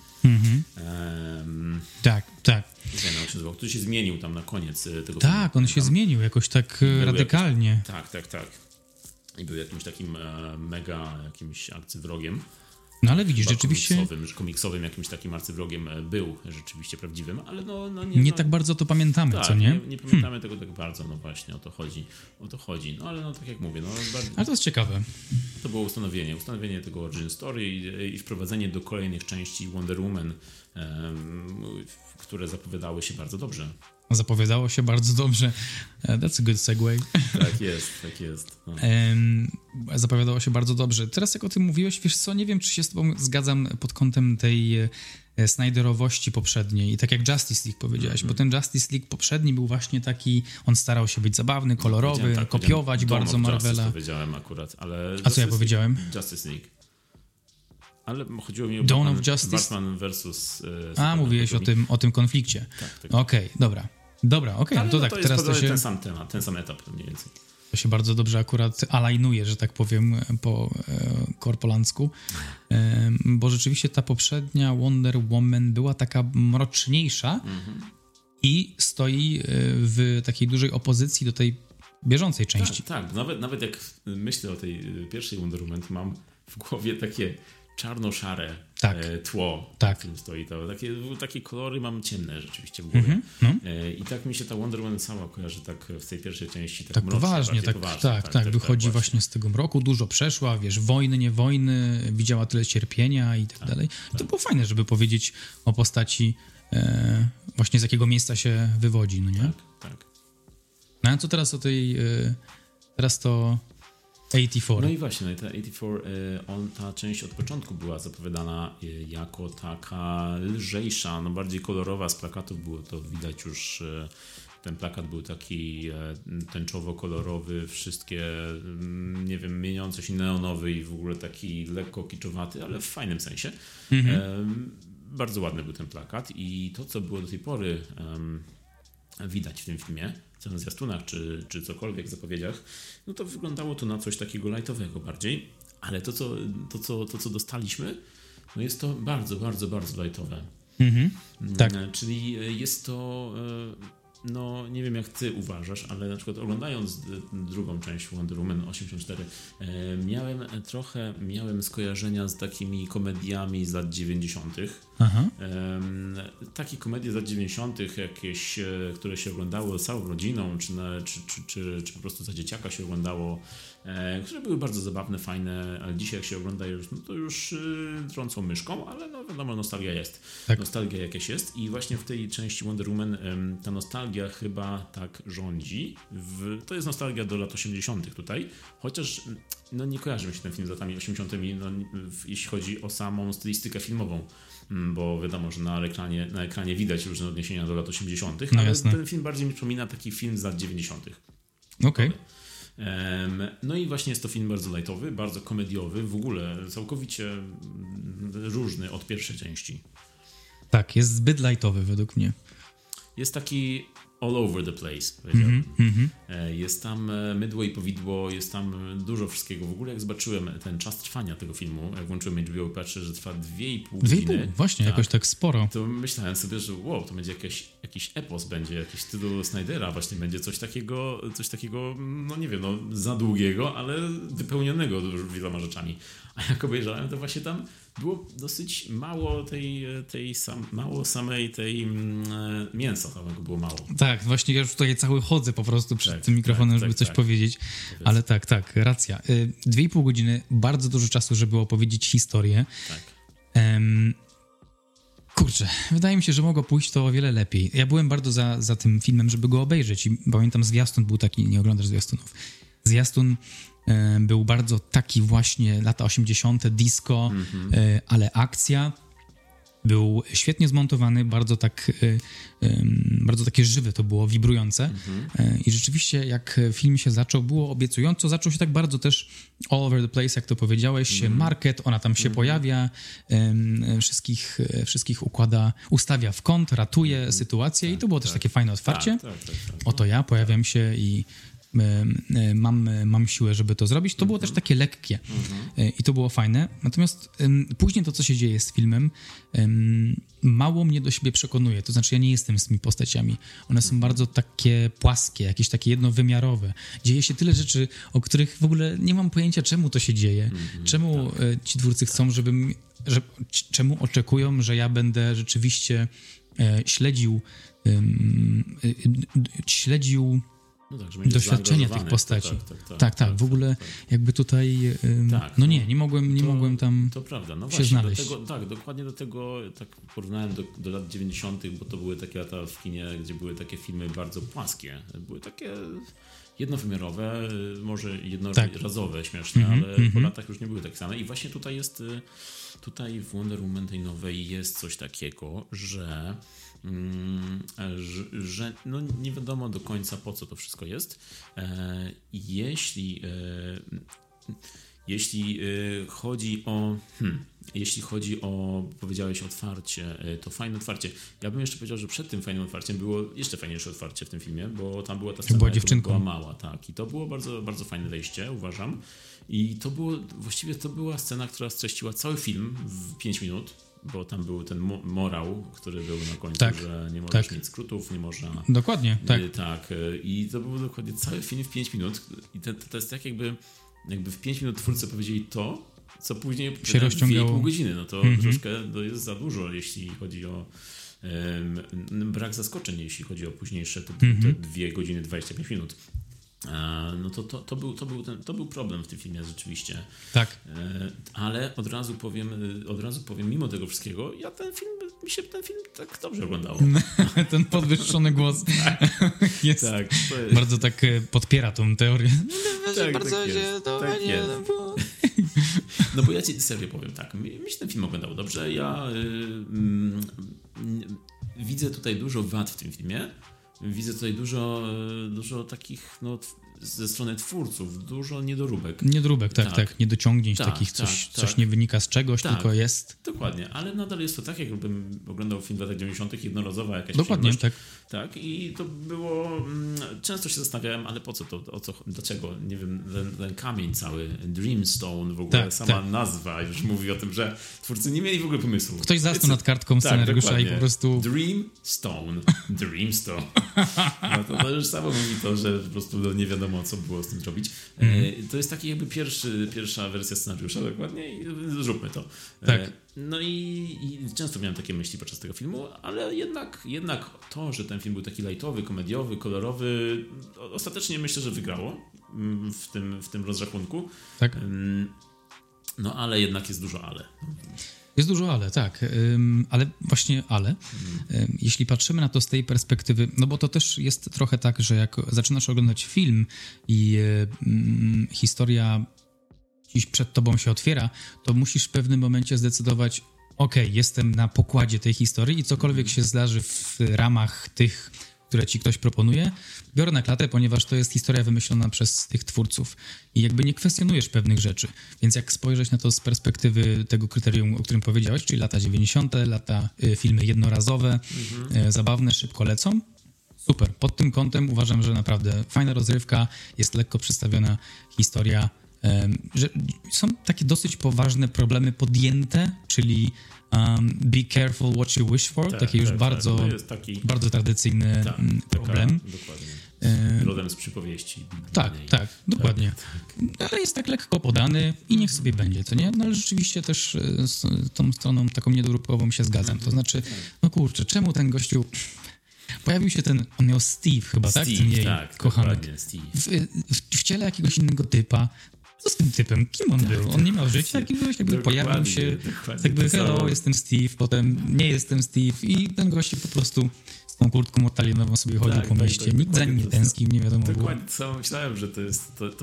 [SPEAKER 1] Tak.
[SPEAKER 2] Który się zmienił tam na koniec tego
[SPEAKER 1] Tak, on się zmienił jakoś tak radykalnie.
[SPEAKER 2] Tak. I był jakimś takim jakimś arcywrogiem.
[SPEAKER 1] No ale widzisz, rzeczywiście...
[SPEAKER 2] Komiksowym jakimś takim arcywrogiem był rzeczywiście prawdziwym, ale
[SPEAKER 1] nie tak bardzo to pamiętamy,
[SPEAKER 2] tak,
[SPEAKER 1] co nie?
[SPEAKER 2] Nie pamiętamy tego tak bardzo, no właśnie, o to chodzi. No ale tak jak mówię,
[SPEAKER 1] ale to jest ciekawe.
[SPEAKER 2] To było ustanowienie tego origin story i wprowadzenie do kolejnych części Wonder Woman, które zapowiadały się bardzo dobrze.
[SPEAKER 1] Zapowiadało się bardzo dobrze. That's a good segue.
[SPEAKER 2] Tak jest. No.
[SPEAKER 1] Zapowiadało się bardzo dobrze. Teraz jak o tym mówiłeś, wiesz co, nie wiem, czy się z tobą zgadzam pod kątem tej Snyderowości poprzedniej. I tak jak Justice League powiedziałeś, bo ten Justice League poprzedni był właśnie taki, on starał się być zabawny, kolorowy, kopiować bardzo Marvela.
[SPEAKER 2] Powiedziałem akurat, ale...
[SPEAKER 1] A co ja powiedziałem?
[SPEAKER 2] Justice League. Ale chodziło mi o
[SPEAKER 1] Dawn of Justice?
[SPEAKER 2] Batman versus...
[SPEAKER 1] mówiłeś o tym konflikcie. Tak. Okej, dobra, okej.
[SPEAKER 2] No
[SPEAKER 1] to tak, teraz to się...
[SPEAKER 2] ten sam temat, ten sam etap mniej więcej.
[SPEAKER 1] To się bardzo dobrze akurat alignuje, że tak powiem, po korpolancku. Bo rzeczywiście ta poprzednia Wonder Woman była taka mroczniejsza i stoi w takiej dużej opozycji do tej bieżącej części.
[SPEAKER 2] Tak. Nawet jak myślę o tej pierwszej Wonder Woman, to mam w głowie takie czarno-szare tło, w którym stoi. Takie kolory mam ciemne rzeczywiście w głowie. I tak mi się ta Wonder Woman cała kojarzy tak w tej pierwszej części. Tak mrocznie,
[SPEAKER 1] poważnie, tak. Wychodzi właśnie z tego mroku, dużo przeszła, wiesz, wojny, nie wojny, widziała tyle cierpienia i tak dalej. I to było fajne, żeby powiedzieć o postaci właśnie z jakiego miejsca się wywodzi, no nie?
[SPEAKER 2] Tak.
[SPEAKER 1] No a co teraz o tej... Teraz to... 84.
[SPEAKER 2] No i właśnie, ta 84, ta część od początku była zapowiadana jako taka lżejsza, bardziej kolorowa, z plakatów było to widać już, ten plakat był taki tęczowo-kolorowy, wszystkie, nie wiem, mieniące się neonowy i w ogóle taki lekko kiczowaty, ale w fajnym sensie. Bardzo ładny był ten plakat i to, co było do tej pory widać w tym filmie, czy na zwiastunach, czy cokolwiek w zapowiedziach, no to wyglądało to na coś takiego lightowego bardziej, ale to, co dostaliśmy, no jest to bardzo, bardzo, bardzo lightowe.
[SPEAKER 1] Tak.
[SPEAKER 2] Czyli jest to no nie wiem jak ty uważasz, ale na przykład oglądając drugą część Wonder Woman 84, miałem skojarzenia z takimi komediami z lat 90.
[SPEAKER 1] Aha.
[SPEAKER 2] Takie komedie z lat 90. jakieś, które się oglądało całą rodziną, czy po prostu za dzieciaka się oglądało, które były bardzo zabawne, fajne, ale dzisiaj jak się ogląda już, no to już trącą myszką, ale no wiadomo, nostalgia jest. Tak. Nostalgia jakaś jest i właśnie w tej części Wonder Woman ta nostalgia chyba tak rządzi. To jest nostalgia do lat 80. tutaj, chociaż no nie kojarzy mi się ten film z latami 80., no, jeśli chodzi o samą stylistykę filmową, bo wiadomo, że na ekranie widać różne odniesienia do lat 80., no ale jasne. Ten film bardziej mi przypomina taki film z lat 90.
[SPEAKER 1] Okej.
[SPEAKER 2] No i właśnie jest to film bardzo lightowy, bardzo komediowy, w ogóle całkowicie różny od pierwszej części.
[SPEAKER 1] Tak, jest zbyt lightowy według mnie.
[SPEAKER 2] Jest taki all over the place, powiedziałbym. Jest tam mydło i powidło, jest tam dużo wszystkiego. W ogóle jak zobaczyłem ten czas trwania tego filmu, jak włączyłem HBO i patrzę, że trwa 2,5 godziny.
[SPEAKER 1] Właśnie, tak, jakoś tak sporo.
[SPEAKER 2] To myślałem sobie, że wow, to będzie jakiś epos, będzie jakiś tytuł Snydera, właśnie będzie coś takiego, no nie wiem, no za długiego, ale wypełnionego wieloma rzeczami. A jak obejrzałem, to właśnie tam było dosyć mało samej tej mięsa samego było mało.
[SPEAKER 1] Tak, właśnie ja już tutaj cały chodzę po prostu przed tym mikrofonem, żeby coś powiedzieć, ale tak, racja. 2,5 godziny, bardzo dużo czasu, żeby opowiedzieć historię.
[SPEAKER 2] Tak.
[SPEAKER 1] Kurczę, wydaje mi się, że mogło pójść to o wiele lepiej. Ja byłem bardzo za tym filmem, żeby go obejrzeć i pamiętam zwiastun był taki, nie oglądasz zwiastunów. Zwiastun był bardzo taki właśnie lata 80. disco, ale akcja. Był świetnie zmontowany, bardzo takie żywe to było, wibrujące. I rzeczywiście jak film się zaczął, było obiecująco. Zaczął się tak bardzo też all over the place, jak to powiedziałeś. Market, ona tam się pojawia, wszystkich ustawia w kąt, ratuje sytuację i to było też takie fajne otwarcie. Oto ja pojawiam się i mam siłę, żeby to zrobić. To było też takie lekkie i to było fajne. Natomiast później to, co się dzieje z filmem, mało mnie do siebie przekonuje. To znaczy, ja nie jestem z tymi postaciami. One są bardzo takie płaskie, jakieś takie jednowymiarowe. Dzieje się tyle rzeczy, o których w ogóle nie mam pojęcia, czemu to się dzieje. Czemu ci twórcy chcą, czemu oczekują, że ja będę rzeczywiście śledził
[SPEAKER 2] no tak,
[SPEAKER 1] doświadczenia tych postaci. Tak, w ogóle jakby tutaj nie mogłem tam
[SPEAKER 2] to prawda. No
[SPEAKER 1] się
[SPEAKER 2] właśnie,
[SPEAKER 1] znaleźć.
[SPEAKER 2] Dokładnie do tego tak porównałem do lat 90., bo to były takie lata w kinie, gdzie były takie filmy bardzo płaskie. Były takie jednowymiarowe, może jednorazowe, śmieszne, ale po latach już nie były tak same. I właśnie tutaj w Wonder Woman tej nowej jest coś takiego, że no nie wiadomo do końca, po co to wszystko jest. Jeśli chodzi o powiedziałeś otwarcie, to fajne otwarcie. Ja bym jeszcze powiedział, że przed tym fajnym otwarciem było jeszcze fajniejsze otwarcie w tym filmie, bo tam była ta scena, która była mała, tak. I to było bardzo, bardzo fajne wejście, uważam. I to była scena, która streściła cały film w 5 minut. Bo tam był ten morał, który był na końcu, że nie możesz mieć skrótów, nie można...
[SPEAKER 1] Dokładnie, tak.
[SPEAKER 2] Tak, i to był dokładnie cały film w 5 minut. I to jest tak jakby w 5 minut twórcy powiedzieli to, co później
[SPEAKER 1] się rozciągało
[SPEAKER 2] 2,5 godziny. No to troszkę to jest za dużo, jeśli chodzi o brak zaskoczeń, jeśli chodzi o późniejsze te 2 godziny 25 minut. No to był problem w tym filmie rzeczywiście.
[SPEAKER 1] Tak.
[SPEAKER 2] Ale od razu powiem, mimo tego wszystkiego, mi się ten film tak dobrze oglądało.
[SPEAKER 1] Ten podwyższony głos jest bardzo tak podpiera tą teorię.
[SPEAKER 2] Bardzo no bo ja ci serio powiem tak, mi się ten film oglądał dobrze. Ja widzę tutaj dużo wad w tym filmie. Widzę tutaj dużo takich ze strony twórców dużo niedoróbek.
[SPEAKER 1] Niedróbek, tak. Niedociągnięć takich, coś nie wynika z czegoś, tylko jest.
[SPEAKER 2] Dokładnie, ale nadal jest to tak, jakbym oglądał film w latach 90. jednorazowa jakaś
[SPEAKER 1] Dokładnie,
[SPEAKER 2] filmość. Tak, i to było... Często się zastanawiałem, ale po co to, dlaczego? Nie wiem, ten kamień cały, Dreamstone w ogóle, sama nazwa już mówi o tym, że twórcy nie mieli w ogóle pomysłu.
[SPEAKER 1] Ktoś zasnął nad kartką scenariusza i po prostu...
[SPEAKER 2] Dreamstone. No to już samo mówi to, że po prostu nie wiadomo, co było z tym zrobić. To jest taki jakby pierwsza wersja scenariusza dokładnie i zróbmy to.
[SPEAKER 1] Tak.
[SPEAKER 2] No i często miałem takie myśli podczas tego filmu, ale jednak to, że ten film był taki lightowy, komediowy, kolorowy, ostatecznie myślę, że wygrało w tym rozrachunku.
[SPEAKER 1] Tak.
[SPEAKER 2] No ale jednak jest dużo ale.
[SPEAKER 1] Jest dużo ale, tak. Ale właśnie jeśli patrzymy na to z tej perspektywy, no bo to też jest trochę tak, że jak zaczynasz oglądać film i historia gdzieś przed tobą się otwiera, to musisz w pewnym momencie zdecydować, jestem na pokładzie tej historii i cokolwiek się zdarzy w ramach tych, które ci ktoś proponuje, biorę na klatę, ponieważ to jest historia wymyślona przez tych twórców i jakby nie kwestionujesz pewnych rzeczy. Więc jak spojrzeć na to z perspektywy tego kryterium, o którym powiedziałeś, czyli lata 90., filmy jednorazowe, zabawne, szybko lecą, super. Pod tym kątem uważam, że naprawdę fajna rozrywka, jest lekko przedstawiona historia, że są takie dosyć poważne problemy podjęte, czyli be careful what you wish for, taki już bardzo, bardzo tradycyjny problem.
[SPEAKER 2] Dokładnie. Rodem z przypowieści.
[SPEAKER 1] Tak, dokładnie. Ale jest tak lekko podany i niech sobie będzie, co nie? No ale rzeczywiście też z tą stroną taką niedoróbkową się zgadzam. To znaczy, no kurczę, czemu ten gościu... Pojawił się on miał Steve chyba, tak? Ten jej kochanek. W ciele jakiegoś innego typa. Co z tym typem? Kim on był? On nie miał życia jakiegoś, jakby pojawił się, jakby hello, jestem Steve, potem nie jestem Steve i ten gość po prostu z tą kurtką ortalinową sobie chodził po mieście. Nikt za nim nie tęsknił, nie wiadomo było.
[SPEAKER 2] Dokładnie, co myślałem, że to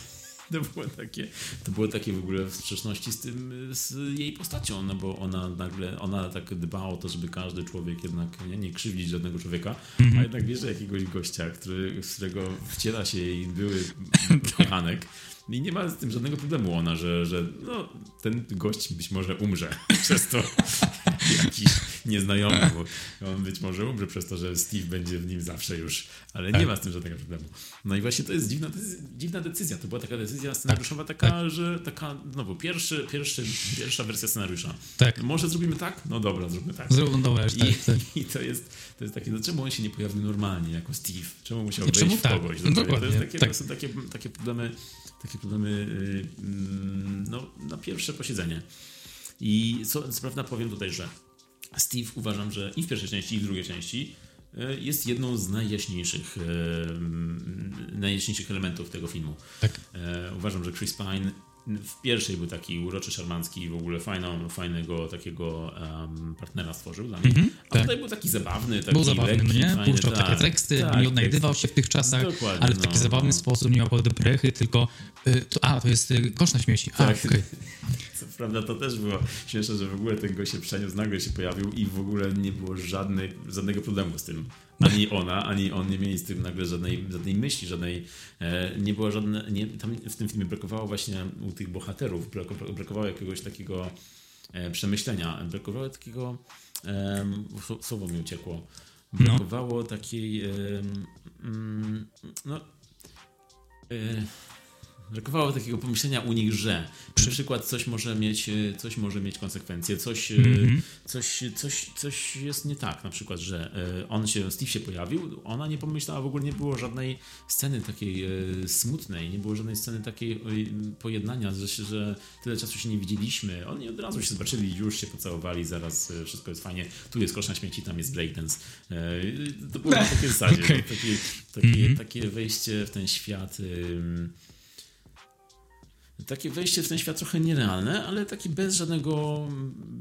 [SPEAKER 2] było takie w ogóle w sprzeczności z jej postacią, no bo ona tak dba o to, żeby każdy człowiek jednak nie krzywdzić żadnego człowieka, a jednak bierze jakiegoś gościa, z którego wciela się jej były kochanek. I nie ma z tym żadnego problemu ona, że no, ten gość być może umrze przez to jakiś nieznajomy, bo on być może umrze przez to, że Steve będzie w nim zawsze już, ale nie ma z tym żadnego problemu. No i właśnie to jest dziwna decyzja. To była taka decyzja scenariuszowa, że znowu pierwsza wersja scenariusza.
[SPEAKER 1] Tak.
[SPEAKER 2] Może zrobimy tak? No dobra, zróbmy tak. I to jest takie, no czemu on się nie pojawił normalnie jako Steve? Czemu musiał wejść w kogoś? To są takie problemy, no, na pierwsze posiedzenie. I co prawda powiem tutaj, że Steve uważam, że i w pierwszej części, i w drugiej części jest jedną z najjaśniejszych elementów tego filmu. Tak. Uważam, że Chris Pine w pierwszej był taki uroczy, szarmancki i w ogóle fajnego takiego partnera stworzył dla mnie. A tutaj był taki zabawny, taki lekki,
[SPEAKER 1] nie?
[SPEAKER 2] Fajny,
[SPEAKER 1] Puszczał takie teksty, nie odnajdywał się w tych czasach, ale w taki zabawny sposób, nie miał podeprechy, tylko to jest kosz na śmieci. Okay.
[SPEAKER 2] Co prawda to też było śmieszne, że w ogóle ten gość się przeniósł, nagle się pojawił i w ogóle nie było żadnego problemu z tym. Ani ona, ani on nie mieli z tym nagle żadnej myśli, nie było tam w tym filmie brakowało właśnie u tych bohaterów, brakowało jakiegoś takiego przemyślenia, brakowało takiego, słowo mi uciekło, brakowało takiej, brakowało takiego pomyślenia u nich, że na przykład coś może mieć konsekwencje, coś jest nie tak, na przykład, że Steve się pojawił, ona nie pomyślała, w ogóle nie było żadnej sceny takiej smutnej, nie było żadnej sceny takiej pojednania, że tyle czasu się nie widzieliśmy, oni od razu się zobaczyli, już się pocałowali, zaraz wszystko jest fajnie, tu jest kosz na śmieci, tam jest breakdance. To było na takiej zasadzie, takie wejście w ten świat... Takie wejście w ten świat trochę nierealne, ale taki bez żadnego...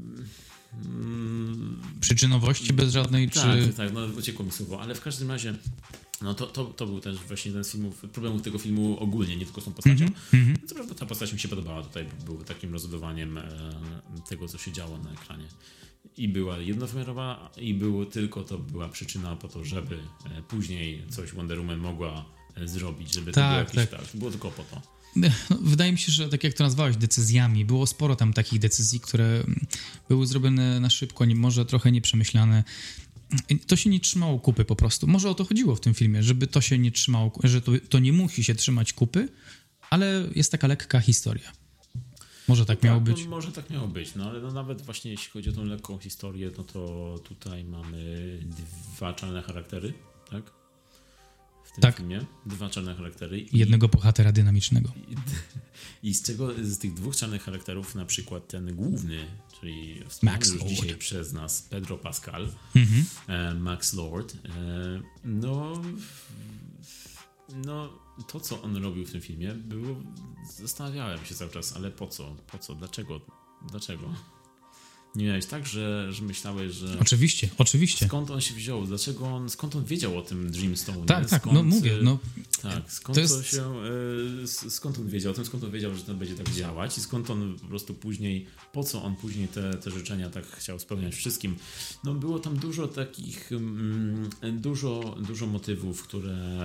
[SPEAKER 1] przyczynowości, bez żadnej...
[SPEAKER 2] Tak, no uciekło mi słowo, ale w każdym razie no to był też właśnie jeden z problemów tego filmu ogólnie, nie tylko z tą postacią. Co prawda ta postać mi się podobała, tutaj był takim rozbudowaniem tego, co się działo na ekranie. I była jednowymiarowa i to była przyczyna po to, żeby później coś Wonder Woman mogła zrobić, żeby to było jakieś tak. Było tylko po to.
[SPEAKER 1] No, wydaje mi się, że tak jak to nazwałeś, decyzjami, było sporo tam takich decyzji, które były zrobione na szybko, może trochę nieprzemyślane. To się nie trzymało kupy po prostu. Może o to chodziło w tym filmie, żeby to się nie trzymało, że to nie musi się trzymać kupy, ale jest taka lekka historia. Może tak miało być.
[SPEAKER 2] Może tak miało być, no ale nawet właśnie jeśli chodzi o tą lekką historię, no to tutaj mamy 2 czarne charaktery, tak? W tym filmie. 2 czarne charaktery.
[SPEAKER 1] I jednego bohatera dynamicznego.
[SPEAKER 2] I z tych 2 czarnych charakterów na przykład ten główny, czyli
[SPEAKER 1] Max
[SPEAKER 2] już
[SPEAKER 1] Lord.
[SPEAKER 2] dzisiaj przez nas Pedro Pascal, Max Lord, no to, co on robił w tym filmie, zastanawiałem się cały czas, ale po co? Dlaczego? Nie miałeś tak, że myślałeś, że...
[SPEAKER 1] Oczywiście.
[SPEAKER 2] Skąd on się wziął? Skąd on wiedział o tym Dreamstone?
[SPEAKER 1] Tak, no mówię, no...
[SPEAKER 2] Tak, skąd on wiedział o tym, skąd on wiedział, że to będzie tak działać i skąd on po prostu później, po co on później te życzenia tak chciał spełniać wszystkim. No było tam dużo takich, dużo motywów, które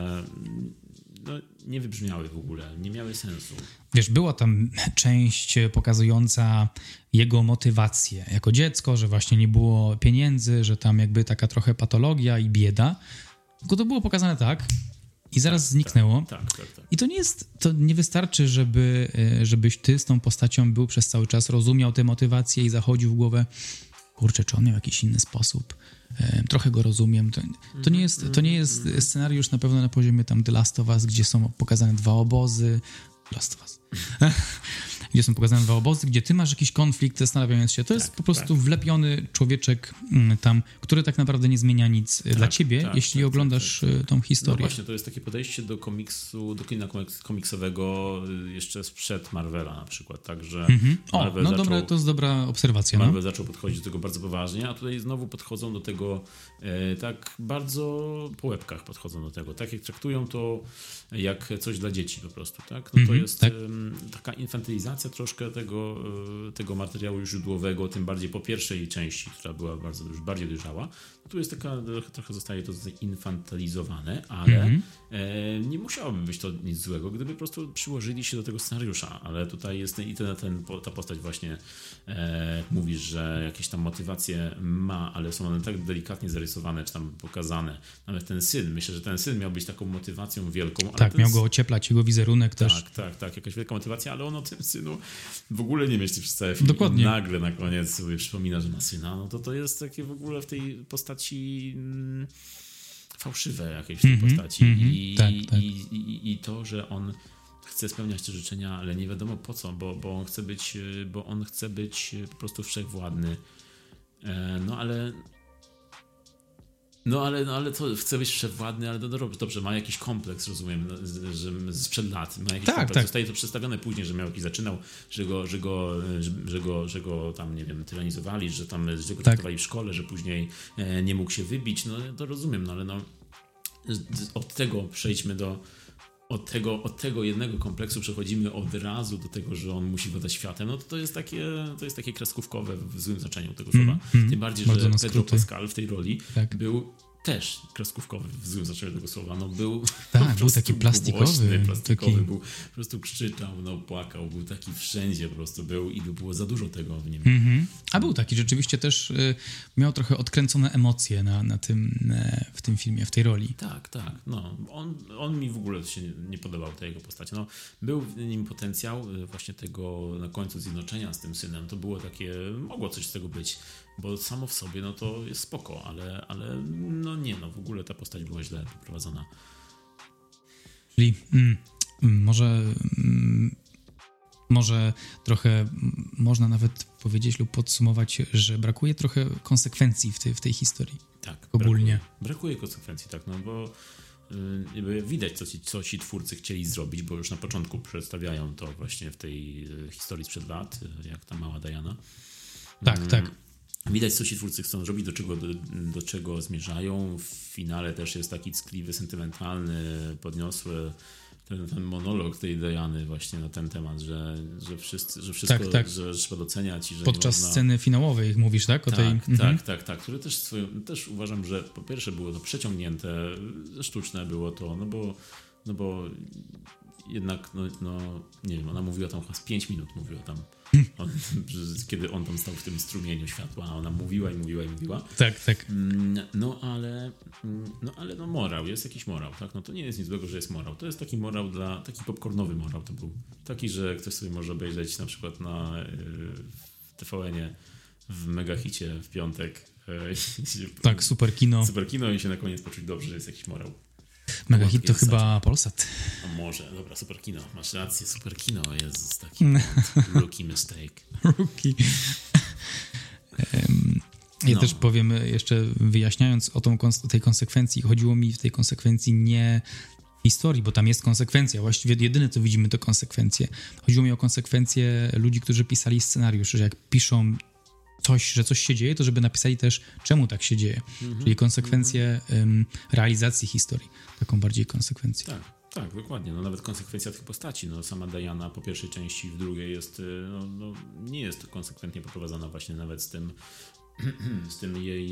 [SPEAKER 2] nie wybrzmiały w ogóle, nie miały sensu.
[SPEAKER 1] Wiesz, była tam część pokazująca jego motywację jako dziecko, że właśnie nie było pieniędzy, że tam jakby taka trochę patologia i bieda. Tylko to było pokazane tak i zaraz zniknęło.
[SPEAKER 2] Tak.
[SPEAKER 1] I to nie wystarczy, żebyś ty z tą postacią był przez cały czas, rozumiał tę motywację i zachodził w głowę, kurczę, czy on miał jakiś inny sposób. Trochę go rozumiem. To nie jest scenariusz na pewno na poziomie tam The Last of Us, gdzie są pokazane 2 obozy. Last of Us. Gdzie są pokazane 2 obozy, gdzie ty masz jakiś konflikt, zastanawiając się. To jest po prostu wlepiony człowieczek tam, który tak naprawdę nie zmienia nic dla ciebie, jeśli oglądasz tą historię.
[SPEAKER 2] No właśnie, to jest takie podejście do kina komiksowego jeszcze sprzed Marvela na przykład. Także
[SPEAKER 1] to jest dobra obserwacja.
[SPEAKER 2] Marvel zaczął podchodzić do tego bardzo poważnie, a tutaj znowu podchodzą do tego tak bardzo po łebkach podchodzą do tego. Tak jak traktują to jak coś dla dzieci po prostu, tak? No to jest taka infantylizacja troszkę tego materiału już źródłowego, tym bardziej po pierwszej części, która była już bardziej dojrzała. Tu jest trochę zostaje to infantylizowane, ale nie musiałoby być to nic złego, gdyby po prostu przyłożyli się do tego scenariusza, ale tutaj jest ta postać właśnie, mówisz, że jakieś tam motywacje ma, ale są one tak delikatnie zarysowane, czy tam pokazane. Nawet ten syn, myślę, że ten syn miał być taką motywacją wielką. Ale
[SPEAKER 1] tak, miał go ocieplać, jego wizerunek też.
[SPEAKER 2] Tak, jakaś wielka motywacja, ale on o tym synu w ogóle nie myśli przez cały film.
[SPEAKER 1] Dokładnie.
[SPEAKER 2] Nagle na koniec sobie przypomina, że ma syna. No to jest takie w ogóle w tej postaci fałszywe jakieś w tej postaci. I to, że on chce spełniać te życzenia, ale nie wiadomo po co, bo on chce być po prostu wszechwładny. No ale to chce być wszechwładny, ale dobrze, ma jakiś kompleks, rozumiem, że sprzed lat ma jakiś kompleks. Zostaje to przedstawione później, że miał jakiś zaczynał, że go tam, nie wiem, tyranizowali, że go traktowali w szkole, że później nie mógł się wybić. No to rozumiem, ale od tego przejdźmy od tego jednego kompleksu przechodzimy od razu do tego, że on musi władać światem. No to jest takie kreskówkowe w złym znaczeniu tego słowa. Tym bardziej, że Pedro Pascal w tej roli był też kreskówkowy w złym znaczeniu tego słowa. No był
[SPEAKER 1] taki plastikowy.
[SPEAKER 2] Był, po prostu krzyczał, płakał, był taki wszędzie po prostu był i było za dużo tego w nim.
[SPEAKER 1] A był taki, rzeczywiście też miał trochę odkręcone emocje w tym filmie, w tej roli.
[SPEAKER 2] Tak. No, on mi w ogóle się nie podobał, tej jego postaci. No, był w nim potencjał właśnie tego na końcu zjednoczenia z tym synem. To było takie, mogło coś z tego być, bo samo w sobie no to jest spoko, ale no nie, w ogóle ta postać była źle poprowadzona.
[SPEAKER 1] Czyli może trochę można nawet powiedzieć lub podsumować, że brakuje trochę konsekwencji w tej historii.
[SPEAKER 2] Tak,
[SPEAKER 1] ogólnie.
[SPEAKER 2] Brakuje konsekwencji, tak, no bo widać, co ci twórcy chcieli zrobić, bo już na początku przedstawiają to właśnie w tej historii sprzed lat, jak ta mała Diana.
[SPEAKER 1] Tak.
[SPEAKER 2] Widać, co ci twórcy chcą zrobić, do czego zmierzają. W finale też jest taki ckliwy, sentymentalny, podniosły ten monolog tej Diany właśnie na ten temat, że wszystko, że trzeba doceniać i że
[SPEAKER 1] podczas sceny finałowej mówisz, tak?
[SPEAKER 2] Tak. Które też uważam, że po pierwsze było to przeciągnięte, sztuczne było to, no bo No bo jednak, nie wiem, ona mówiła tam chyba z 5 minut, mówiła tam, kiedy on tam stał w tym strumieniu światła, a ona mówiła i mówiła i mówiła.
[SPEAKER 1] Tak.
[SPEAKER 2] No ale morał, jest jakiś morał, tak? No to nie jest nic złego, że jest morał. To jest taki morał taki popcornowy morał to był. Taki, że ktoś sobie może obejrzeć na przykład na TVN-ie w megahicie w piątek.
[SPEAKER 1] Tak, super kino.
[SPEAKER 2] Super kino i się na koniec poczuć dobrze, że jest jakiś morał.
[SPEAKER 1] Megahit to chyba Polsat.
[SPEAKER 2] A może, dobra, super kino. Masz rację, super kino jest taki rookie mistake.
[SPEAKER 1] Rookie. Ja też powiem jeszcze, wyjaśniając o tej konsekwencji, chodziło mi w tej konsekwencji nie historii, bo tam jest konsekwencja. Właściwie jedyne, co widzimy, to konsekwencje. Chodziło mi o konsekwencje ludzi, którzy pisali scenariusz, że jak piszą że coś się dzieje, to żeby napisali też, czemu tak się dzieje. Czyli konsekwencje realizacji historii. Taką bardziej konsekwencję.
[SPEAKER 2] Tak, dokładnie. No nawet konsekwencja tych postaci. No sama Diana po pierwszej części, w drugiej jest, nie jest konsekwentnie poprowadzona właśnie nawet z tym jej,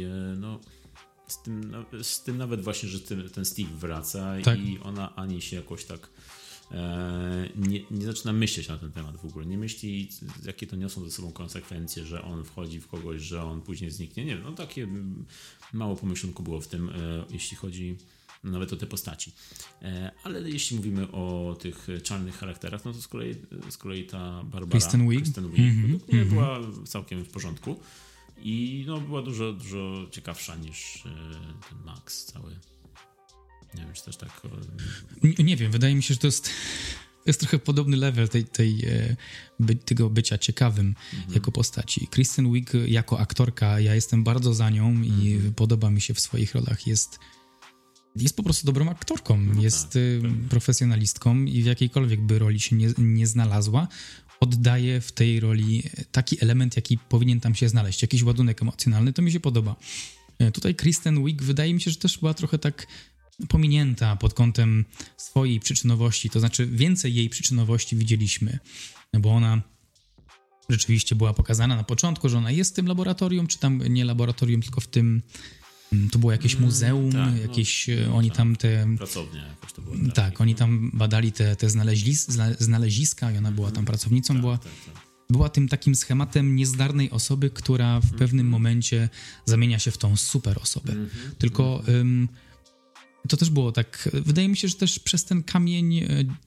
[SPEAKER 2] z tym nawet właśnie, że ten Steve wraca i ona ani się jakoś tak nie zaczyna myśleć na ten temat w ogóle. Nie myśli, jakie to niosą ze sobą konsekwencje, że on wchodzi w kogoś, że on później zniknie. Nie wiem, takie mało pomyślunku było w tym, jeśli chodzi nawet o te postaci. Ale jeśli mówimy o tych czarnych charakterach, no to z kolei ta Barbara
[SPEAKER 1] Kristen Wiig
[SPEAKER 2] była całkiem w porządku i była dużo ciekawsza niż ten Max cały. Nie wiem, czy też tak...
[SPEAKER 1] Nie wiem, wydaje mi się, że to jest trochę podobny level tego bycia ciekawym jako postaci. Kristen Wiig jako aktorka, ja jestem bardzo za nią i podoba mi się w swoich rolach. Jest po prostu dobrą aktorką, jest profesjonalistką i w jakiejkolwiek by roli się nie znalazła, oddaje w tej roli taki element, jaki powinien tam się znaleźć. Jakiś ładunek emocjonalny, to mi się podoba. Tutaj Kristen Wiig wydaje mi się, że też była trochę tak pominięta pod kątem swojej przyczynowości, to znaczy więcej jej przyczynowości widzieliśmy, no bo ona rzeczywiście była pokazana na początku, że ona jest w tym laboratorium, czy tam nie laboratorium, tylko w tym, to było jakieś muzeum, oni tam te...
[SPEAKER 2] Pracownia jakoś to było.
[SPEAKER 1] Tak, oni tam badali te znaleziska i ona była tam pracownicą, była tym takim schematem niezdarnej osoby, która w pewnym momencie zamienia się w tą super osobę. Tylko to też było tak, wydaje mi się, że też przez ten kamień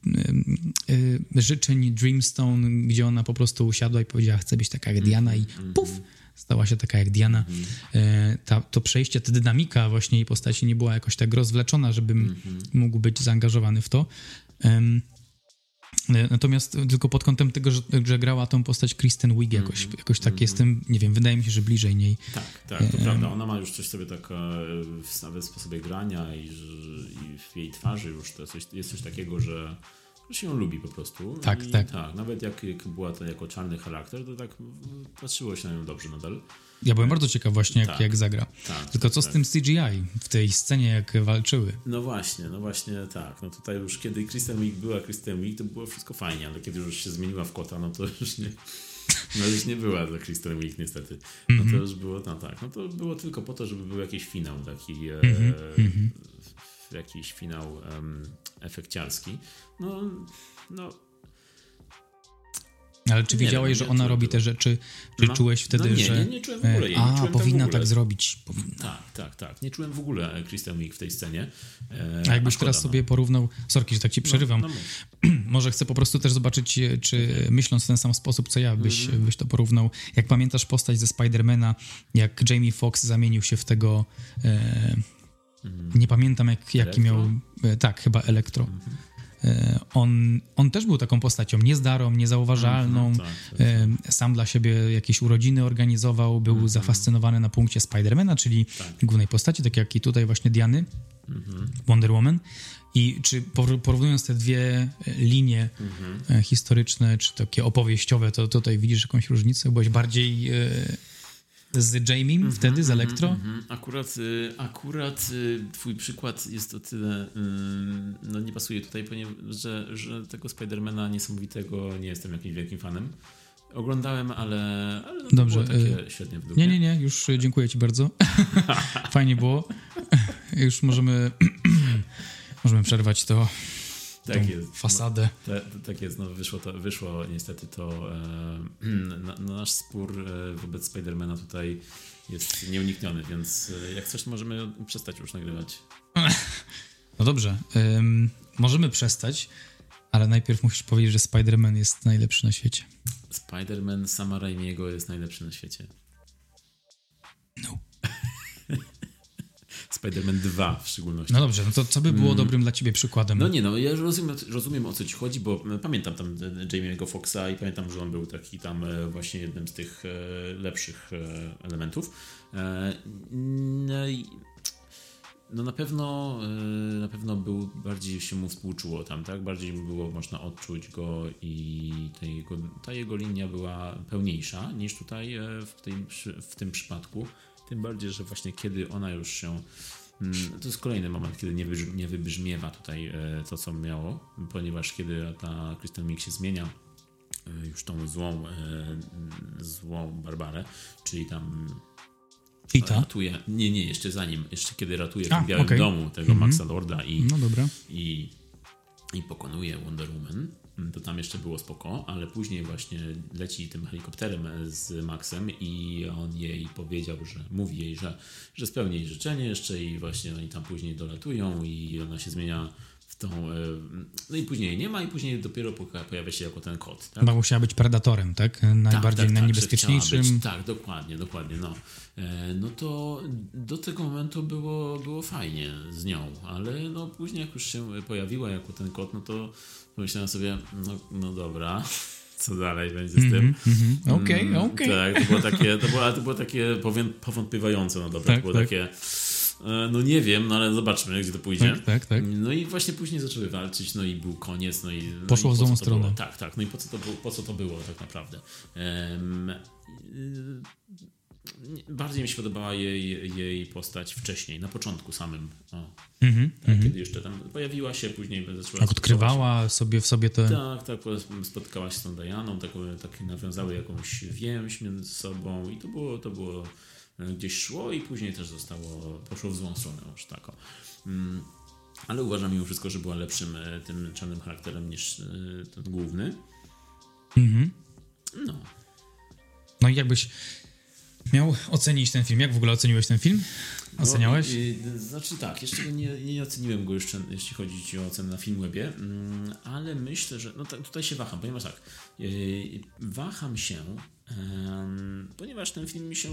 [SPEAKER 1] życzeń Dreamstone, gdzie ona po prostu usiadła i powiedziała, chcę być taka jak Diana i puf, stała się taka jak Diana. To przejście, ta dynamika właśnie jej postaci nie była jakoś tak rozwleczona, żebym mógł być zaangażowany w to. Natomiast tylko pod kątem tego, że grała tą postać Kristen Wiig jakoś tak jestem, nie wiem, wydaje mi się, że bliżej niej.
[SPEAKER 2] Tak, to prawda. Ona ma już coś sobie tak nawet w sposobie grania i w jej twarzy już to jest coś takiego, że się ją lubi po prostu.
[SPEAKER 1] Tak.
[SPEAKER 2] Nawet jak była to jako czarny charakter, to tak patrzyło się na nią dobrze nadal.
[SPEAKER 1] Ja byłem bardzo ciekaw właśnie, jak zagra. Tylko co z tym CGI w tej scenie, jak walczyły?
[SPEAKER 2] No właśnie, tak. No tutaj już kiedy Kristen Wiig była Kristen Wiig, to było wszystko fajnie, ale kiedy już się zmieniła w kota, no to już nie... No już nie była za Kristen Wiig niestety. No to już było, no to było tylko po to, żeby był jakiś finał taki... jakiś finał efekciarski.
[SPEAKER 1] Ale czy wiedziałeś, że ona robi te rzeczy? Czy czułeś wtedy, że...
[SPEAKER 2] Nie czułem w ogóle jej.
[SPEAKER 1] Powinna tak zrobić. Powinna.
[SPEAKER 2] Tak. Nie czułem w ogóle Kristen Wiig w tej scenie.
[SPEAKER 1] A jakbyś teraz sobie porównał... Sorki, że tak ci przerywam. Może chcę po prostu też zobaczyć, czy myśląc w ten sam sposób, co ja, byś to porównał. Jak pamiętasz postać ze Spidermana, jak Jamie Foxx zamienił się w tego... Nie pamiętam, jaki miał... Tak, chyba Elektro. On też był taką postacią niezdarą, niezauważalną. Sam dla siebie jakieś urodziny organizował, był zafascynowany na punkcie Spidermana, czyli głównej postaci, tak jak i tutaj właśnie Diany, Wonder Woman. I czy porównując te dwie linie historyczne, czy takie opowieściowe, to tutaj widzisz jakąś różnicę? Byłeś bardziej... z Jamiem wtedy, z Elektro?
[SPEAKER 2] Akurat twój przykład jest o tyle nie pasuje tutaj, ponieważ że tego Spidermana niesamowitego nie jestem jakimś wielkim fanem. Oglądałem, ale
[SPEAKER 1] dobrze,
[SPEAKER 2] było takie świetnie w dupie.
[SPEAKER 1] Nie, już dziękuję ci bardzo. Fajnie było. Już możemy przerwać to.
[SPEAKER 2] Tak jest.
[SPEAKER 1] Fasadę.
[SPEAKER 2] Tak jest, no wyszło niestety to nasz spór wobec Spidermana tutaj jest nieunikniony, więc jak coś, to możemy przestać już nagrywać.
[SPEAKER 1] No dobrze, możemy przestać, ale najpierw musisz powiedzieć, że Spider-Man jest najlepszy na świecie.
[SPEAKER 2] Spider-Man Sama Raimiego jest najlepszy na świecie.
[SPEAKER 1] No.
[SPEAKER 2] Spider-Man 2 w szczególności.
[SPEAKER 1] No dobrze, no to co by było dobrym dla ciebie przykładem?
[SPEAKER 2] No nie, no ja rozumiem o co ci chodzi, bo pamiętam tam Jamie'ego Foxxa i pamiętam, że on był taki tam właśnie jednym z tych lepszych elementów. No na pewno był, bardziej się mu współczuło tam, tak? Bardziej było można odczuć go i ta jego linia była pełniejsza niż tutaj w tym przypadku. Tym bardziej, że właśnie kiedy ona już się... To jest kolejny moment, kiedy nie wybrzmiewa tutaj to, co miało, ponieważ kiedy ta Crystal Mix się zmienia już tą złą Barbarę, czyli tam ratuje... Nie, jeszcze kiedy ratuje w Białym Domu tego Maxa Lorda i pokonuje Wonder Woman, to tam jeszcze było spoko, ale później właśnie leci tym helikopterem z Maxem i on jej powiedział, mówi jej, że spełni jej życzenie jeszcze i właśnie oni tam później dolatują i ona się zmienia w tą... No i później jej nie ma i później dopiero pojawia się jako ten kot. Tak?
[SPEAKER 1] Chyba musiała być predatorem, tak? Najbardziej najniebezpieczniejszym.
[SPEAKER 2] Tak, dokładnie. No to do tego momentu było fajnie z nią, ale no później jak już się pojawiła jako ten kot, no to pomyślałem sobie, no dobra, co dalej będzie z tym.
[SPEAKER 1] Okej.
[SPEAKER 2] Tak, to było takie powątpiewające, no dobra,
[SPEAKER 1] tak,
[SPEAKER 2] to było takie... No nie wiem, no ale zobaczmy, gdzie to pójdzie.
[SPEAKER 1] Tak.
[SPEAKER 2] No i właśnie później zaczęły walczyć, no i był koniec, no i...
[SPEAKER 1] Poszło w złą stronę.
[SPEAKER 2] Tak, no i po co to było tak naprawdę? Bardziej mi się podobała jej postać wcześniej, na początku samym. Kiedy jeszcze tam pojawiła się, później zaczęła...
[SPEAKER 1] Tak, odkrywała sobie w sobie te...
[SPEAKER 2] Tak, spotkała się z tą Dianą, tak nawiązały jakąś więź między sobą i to było gdzieś szło i później też poszło w złą stronę już tak. Ale uważam mimo wszystko, że była lepszym tym czarnym charakterem niż ten główny.
[SPEAKER 1] No i jakbyś miał ocenić ten film? Jak w ogóle oceniłeś ten film? Oceniałeś?
[SPEAKER 2] Znaczy tak, jeszcze go nie oceniłem go jeszcze, jeśli chodzi o ocenę na Filmwebie, ale myślę, że tutaj się waham, ponieważ tak, waham się, ponieważ ten film mi się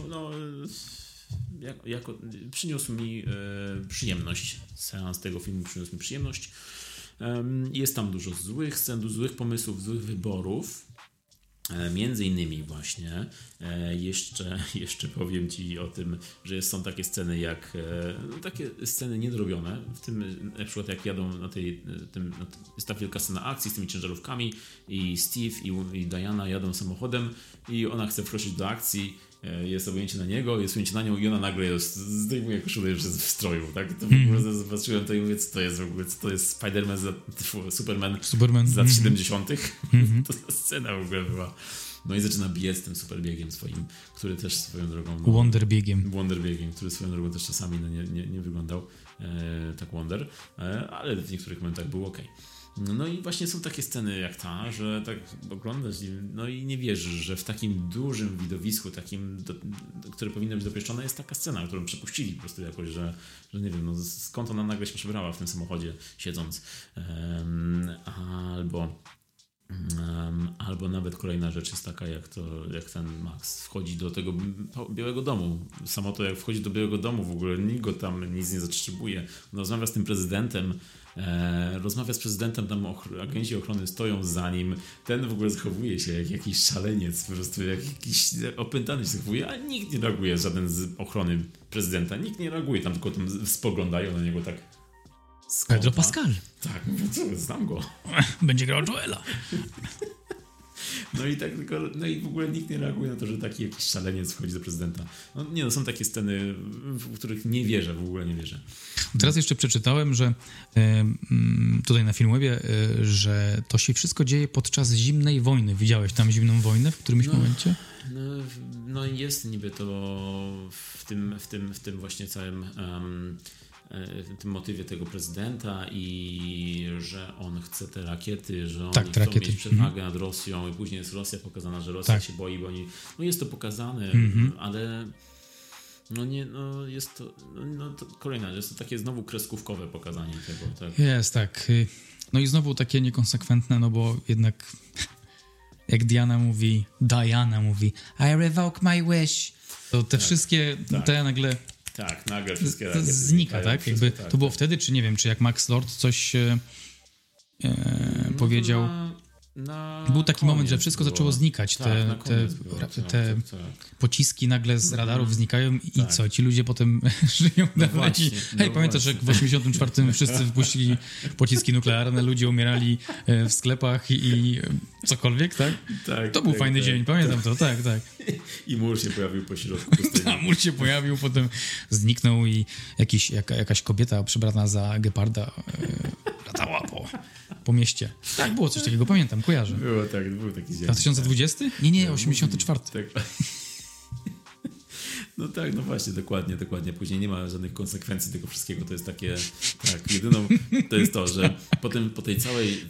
[SPEAKER 2] przyniósł mi przyjemność. Seans tego filmu przyniósł mi przyjemność. Jest tam dużo złych scen, złych pomysłów, złych wyborów. Między innymi właśnie jeszcze powiem ci o tym, że są takie sceny takie sceny niedorobione, w tym na przykład jak jadą jest ta wielka scena akcji z tymi ciężarówkami i Steve i Diana jadą samochodem i ona chce wkroczyć do akcji, jest ujęcie na niego, jest ujęcie na nią i ona nagle zdejmuje koszulę już w stroju, tak? To w ogóle zobaczyłem to i mówię, co to jest w ogóle, co to jest Superman z lat 70. To ta scena w ogóle była. No i zaczyna biec tym superbiegiem swoim, który też swoją drogą...
[SPEAKER 1] Wonderbiegiem,
[SPEAKER 2] który swoją drogą też czasami nie wyglądał tak Wonder, ale w niektórych momentach był okej. No i właśnie są takie sceny jak ta, że tak oglądasz i nie wierzysz, że w takim dużym widowisku, takim, które powinno być dopieszczone, jest taka scena, którą przepuścili po prostu jakoś, że nie wiem, skąd ona nagle się przebrała w tym samochodzie siedząc. Albo nawet kolejna rzecz jest taka, jak ten Max wchodzi do tego Białego Domu. Samo to, jak wchodzi do Białego Domu, w ogóle nikt go tam nic nie zatrzymuje. On rozmawia z tym prezydentem, tam agenci ochrony stoją za nim. Ten w ogóle zachowuje się jak jakiś szaleniec, po prostu jak jakiś opętany się zachowuje, a nikt nie reaguje, żaden z ochrony prezydenta. Nikt nie reaguje, tam tylko spoglądają na niego tak.
[SPEAKER 1] Pedro Pascal.
[SPEAKER 2] Tak, znam go.
[SPEAKER 1] Będzie grał Joela.
[SPEAKER 2] No i w ogóle nikt nie reaguje na to, że taki jakiś szaleniec wchodzi do prezydenta. Są takie sceny, w których nie wierzę, w ogóle nie wierzę.
[SPEAKER 1] Teraz jeszcze przeczytałem, że tutaj na Filmwebie, że to się wszystko dzieje podczas zimnej wojny. Widziałeś tam zimną wojnę w którymś momencie?
[SPEAKER 2] No jest niby to w tym właśnie całym tym motywie tego prezydenta i że on chce te rakiety, że oni
[SPEAKER 1] te
[SPEAKER 2] chcą
[SPEAKER 1] rakiety.
[SPEAKER 2] mieć przewagę nad Rosją i później jest Rosja pokazana, że Rosja się boi, bo oni... No jest to pokazane, ale... jest to kolejna, jest to takie znowu kreskówkowe pokazanie tego. Tak?
[SPEAKER 1] Jest, tak. No i znowu takie niekonsekwentne, no bo jednak jak Diana mówi I revoke my wish, to te wszystkie, te nagle...
[SPEAKER 2] Tak, nagle wszystkie
[SPEAKER 1] znika, tak? Jakby to było wtedy, czy nie wiem, czy jak Max Lord coś powiedział... Był taki moment, że wszystko zaczęło znikać. Te pociski nagle z radarów znikają i co? Ci ludzie potem żyją dalej. Pamiętasz, jak w 84 wszyscy wpuścili pociski nuklearne, ludzie umierali w sklepach i cokolwiek, tak? To był fajny dzień, pamiętam to, tak.
[SPEAKER 2] I mur się pojawił po środku pustyni.
[SPEAKER 1] Mur się pojawił, potem zniknął i jakaś kobieta przebrana za geparda latała po mieście. Tak, było coś takiego, pamiętam, kojarzę.
[SPEAKER 2] Był taki dzień.
[SPEAKER 1] 2020? Nie, 84.
[SPEAKER 2] Tak. No tak, no właśnie, dokładnie. Później nie ma żadnych konsekwencji tego wszystkiego. To jest takie, jedyną, to jest to, że potem po tej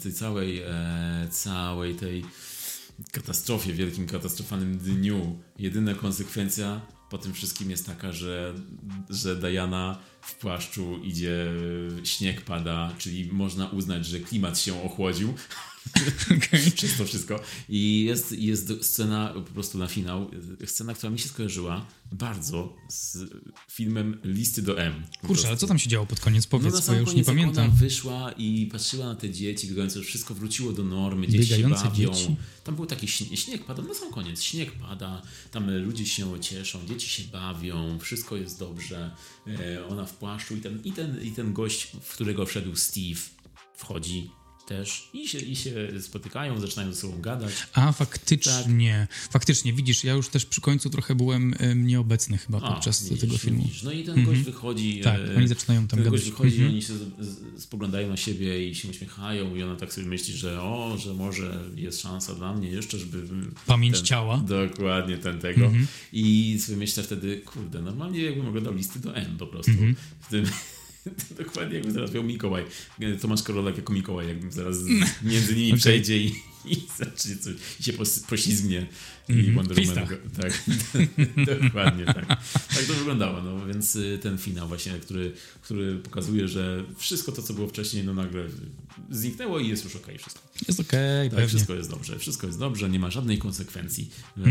[SPEAKER 2] całej tej katastrofie, wielkim katastrofalnym dniu, jedyna konsekwencja po tym wszystkim jest taka, że Diana w płaszczu idzie, śnieg pada, czyli można uznać, że klimat się ochłodził. Przez to wszystko. I jest scena po prostu na finał. Scena, która mi się skojarzyła bardzo z filmem Listy do M.
[SPEAKER 1] Kurczę, ale co tam się działo pod koniec? Powiedz, bo ja już nie pamiętam.
[SPEAKER 2] Ona wyszła i patrzyła na te dzieci, biegające, że wszystko wróciło do normy, dzieci się bawią.
[SPEAKER 1] Dzieci?
[SPEAKER 2] Tam był taki śnieg pada, na sam koniec. Śnieg pada, tam ludzie się cieszą, dzieci się bawią, wszystko jest dobrze. Ona w płaszczu i ten gość, w którego wszedł Steve, wchodzi też i się spotykają, zaczynają ze sobą gadać.
[SPEAKER 1] A, faktycznie. Tak. Faktycznie, widzisz, ja już też przy końcu trochę byłem nieobecny chyba podczas tego filmu.
[SPEAKER 2] Widzisz. No i ten gość wychodzi.
[SPEAKER 1] Tak, oni zaczynają tam gadać.
[SPEAKER 2] Gość wychodzi, oni się spoglądają na siebie i się uśmiechają i ona tak sobie myśli, że może jest szansa dla mnie jeszcze, żeby...
[SPEAKER 1] Pamięć ciała.
[SPEAKER 2] Dokładnie, tego. I sobie myślę wtedy, kurde, normalnie jakbym oglądał Listy do M po prostu. W tym... Dokładnie jakby zaraz miał Mikołaj. Tomasz Karolak jako Mikołaj, jakbym zaraz między nimi przejdzie i zacznie coś, i się poślizgnie. I Wonder Woman. Tak, dokładnie tak. Tak to wyglądało, no więc ten finał właśnie, który pokazuje, że wszystko to, co było wcześniej, no nagle zniknęło i jest już okej wszystko.
[SPEAKER 1] Jest okej,
[SPEAKER 2] tak, wszystko jest dobrze, nie ma żadnej konsekwencji.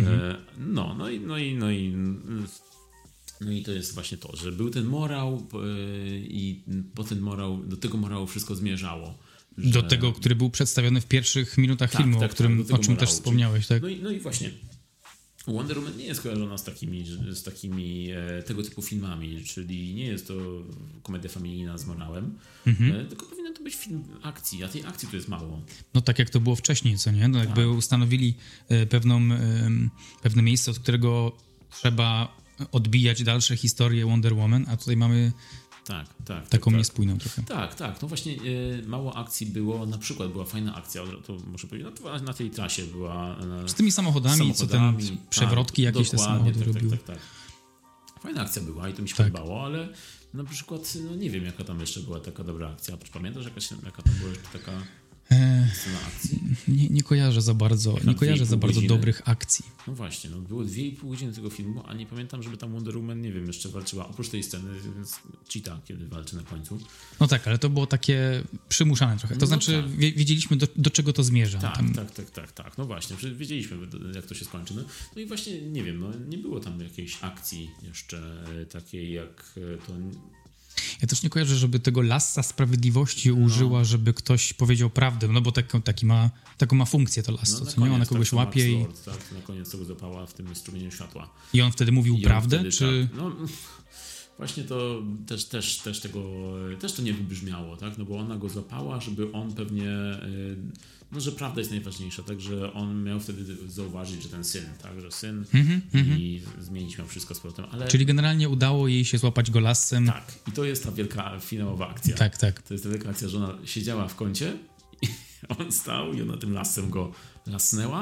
[SPEAKER 2] No i to jest właśnie to, że był ten morał i do tego morału wszystko zmierzało.
[SPEAKER 1] Do tego, który był przedstawiony w pierwszych minutach filmu, o czym morału, też wspomniałeś, tak?
[SPEAKER 2] No i właśnie Wonder Woman nie jest kojarzona z takimi tego typu filmami, czyli nie jest to komedia familijna z morałem, tylko powinien to być film akcji, a tej akcji to jest mało.
[SPEAKER 1] No tak jak to było wcześniej, co nie? No jakby ustanowili pewne miejsce, od którego trzeba odbijać dalsze historie Wonder Woman, a tutaj mamy taką niespójną trochę.
[SPEAKER 2] Tak. No właśnie mało akcji było. Na przykład była fajna akcja, to muszę powiedzieć, na tej trasie była...
[SPEAKER 1] Z tymi samochodami, co ten przewrotki jakieś te samochody robiły.
[SPEAKER 2] Tak. Fajna akcja była i to mi się podobało, ale na przykład nie wiem, jaka tam jeszcze była taka dobra akcja. Pamiętasz, jaka tam była jeszcze taka... scena akcji?
[SPEAKER 1] Nie kojarzę za bardzo. Nie kojarzę za bardzo dobrych akcji.
[SPEAKER 2] No właśnie, było 2,5 godziny tego filmu, a nie pamiętam, żeby tam Wonder Woman, nie wiem, jeszcze walczyła, oprócz tej sceny, więc Cheetah, kiedy walczy na końcu.
[SPEAKER 1] No tak, ale to było takie przymuszane trochę. To znaczy, wiedzieliśmy, do czego to zmierza.
[SPEAKER 2] Tak. No właśnie, wiedzieliśmy, jak to się skończy. No i właśnie, nie wiem, nie było tam jakiejś akcji jeszcze takiej, jak to...
[SPEAKER 1] Ja też nie kojarzę, żeby tego lassa sprawiedliwości użyła, żeby ktoś powiedział prawdę, no bo taką ma funkcję to lasso, co nie? Ona kogoś łapie i...
[SPEAKER 2] Tak, na koniec tego zapała w tym strumieniu światła.
[SPEAKER 1] I on wtedy mówił prawdę, wtedy, czy...
[SPEAKER 2] Właśnie to też to nie wybrzmiało, tak? No bo ona go złapała, żeby on pewnie... że prawda jest najważniejsza, także on miał wtedy zauważyć, że ten syn, tak, że syn i zmienić miał wszystko z powrotem, ale...
[SPEAKER 1] Czyli generalnie udało jej się złapać go lassem.
[SPEAKER 2] Tak, i to jest ta wielka finałowa akcja.
[SPEAKER 1] Tak.
[SPEAKER 2] To jest ta wielka akcja, że ona siedziała w kącie i on stał i ona tym lassem go lasnęła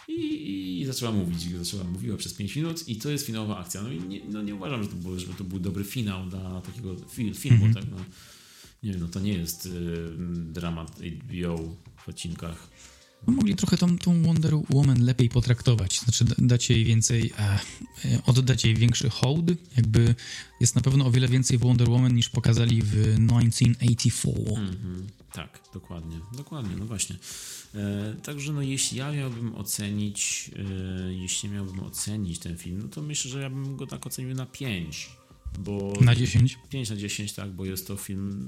[SPEAKER 2] I mówiła przez 5 minut i to jest finałowa akcja. No i nie uważam, żeby to był dobry finał dla takiego filmu. Tak? No, nie wiem, no to nie jest dramat HBO w odcinkach.
[SPEAKER 1] No, mogli trochę tą Wonder Woman lepiej potraktować, znaczy dać jej więcej, oddać jej większy hołd, jakby jest na pewno o wiele więcej w Wonder Woman niż pokazali w 1984.
[SPEAKER 2] Tak, dokładnie, no właśnie. Także no jeśli miałbym ocenić ten film, no to myślę, że ja bym go tak ocenił na 5. Bo
[SPEAKER 1] na 10?
[SPEAKER 2] 5 na 10, tak, bo jest to film,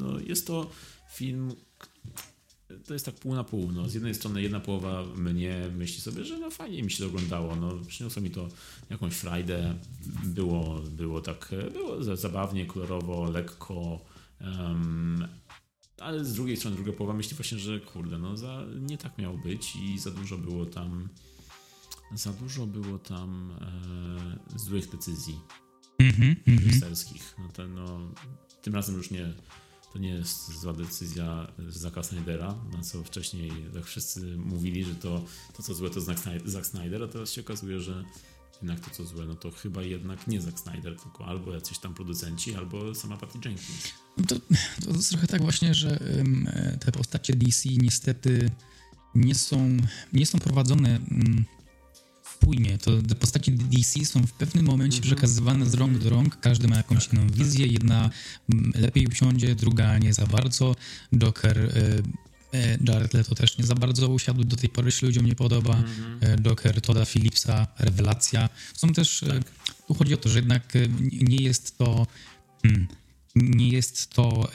[SPEAKER 2] to jest tak pół na pół. No. Z jednej strony jedna połowa mnie myśli sobie, że no fajnie mi się to oglądało. No, przyniosło mi to jakąś frajdę. Było zabawnie, kolorowo, lekko. Ale z drugiej strony druga połowa myśli właśnie, że kurde, no nie tak miało być i za dużo było tam złych decyzji reżyserskich. Tym razem już to nie jest zła decyzja Zacka Snydera, na co wcześniej tak wszyscy mówili, że to co złe to Zack Snyder, a teraz się okazuje, że jednak to co złe, no to chyba jednak nie Zack Snyder, tylko albo jacyś tam producenci, albo sama Patty Jenkins.
[SPEAKER 1] No to jest trochę tak właśnie, że te postacie DC niestety nie są prowadzone spójnie. To te postaci DC są w pewnym momencie przekazywane z rąk do rąk. Każdy ma jakąś inną wizję. Jedna lepiej usiądzie, druga nie za bardzo. Joker, Jared Leto też nie za bardzo usiadł. Do tej pory się ludziom nie podoba. Joker Todda Phillipsa, rewelacja. Są też... Tu chodzi o to, że jednak nie jest to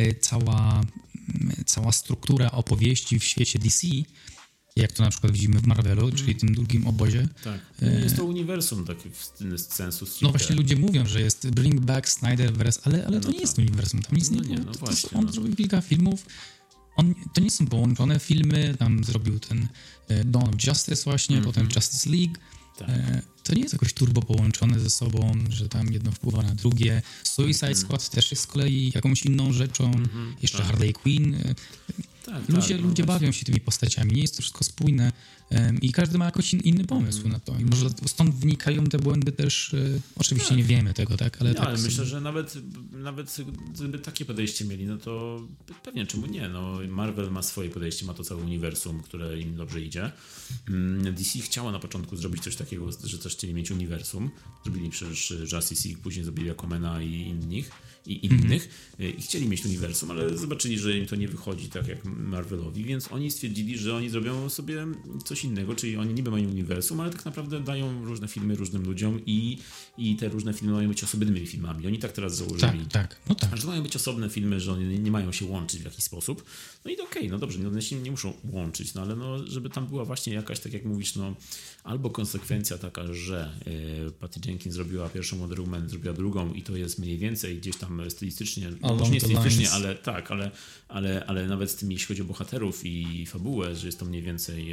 [SPEAKER 1] cała struktura opowieści w świecie DC, jak to na przykład widzimy w Marvelu, czyli tym drugim obozie.
[SPEAKER 2] Tak. Jest to uniwersum taki w sensu stricte.
[SPEAKER 1] No właśnie ludzie mówią, że jest Bring Back Snyderverse, ale to nie jest uniwersum. Tam nic nie było. On zrobił kilka filmów. To nie są połączone filmy. Tam zrobił ten Dawn of Justice właśnie, potem Justice League. Tak. To nie jest jakoś turbo połączone ze sobą, że tam jedno wpływa na drugie. Suicide Squad też jest z kolei jakąś inną rzeczą. Jeszcze Harley Quinn. Ludzie bawią się tymi postaciami. Nie jest to wszystko spójne i każdy ma jakoś inny pomysł na to. I może stąd wnikają te błędy też. Oczywiście nie wiemy tego, tak? Ale
[SPEAKER 2] myślę, że nawet gdyby takie podejście mieli, no to pewnie czemu nie. No, Marvel ma swoje podejście, ma to całe uniwersum, które im dobrze idzie. DC chciała na początku zrobić coś takiego, że też chcieli mieć uniwersum. Zrobili przecież Justice League, później zrobili Aquamana i innych. I chcieli mieć uniwersum, ale zobaczyli, że im to nie wychodzi tak jak Marvelowi, więc oni stwierdzili, że oni zrobią sobie coś innego, czyli oni niby mają uniwersum, ale tak naprawdę dają różne filmy różnym ludziom i te różne filmy mają być osobnymi filmami. Oni tak teraz założyli.
[SPEAKER 1] Tak. No tak.
[SPEAKER 2] Że mają być osobne filmy, że one nie mają się łączyć w jakiś sposób. No i okej, no dobrze, one się nie muszą łączyć, no ale no, żeby tam była właśnie jakaś, tak jak mówisz, no albo konsekwencja taka, że Patty Jenkins zrobiła pierwszą Wonder Woman, zrobiła drugą i to jest mniej więcej gdzieś tam stylistycznie, może nie stylistycznie, ale tak, ale nawet z tym, jeśli chodzi o bohaterów i fabułę, że jest to mniej więcej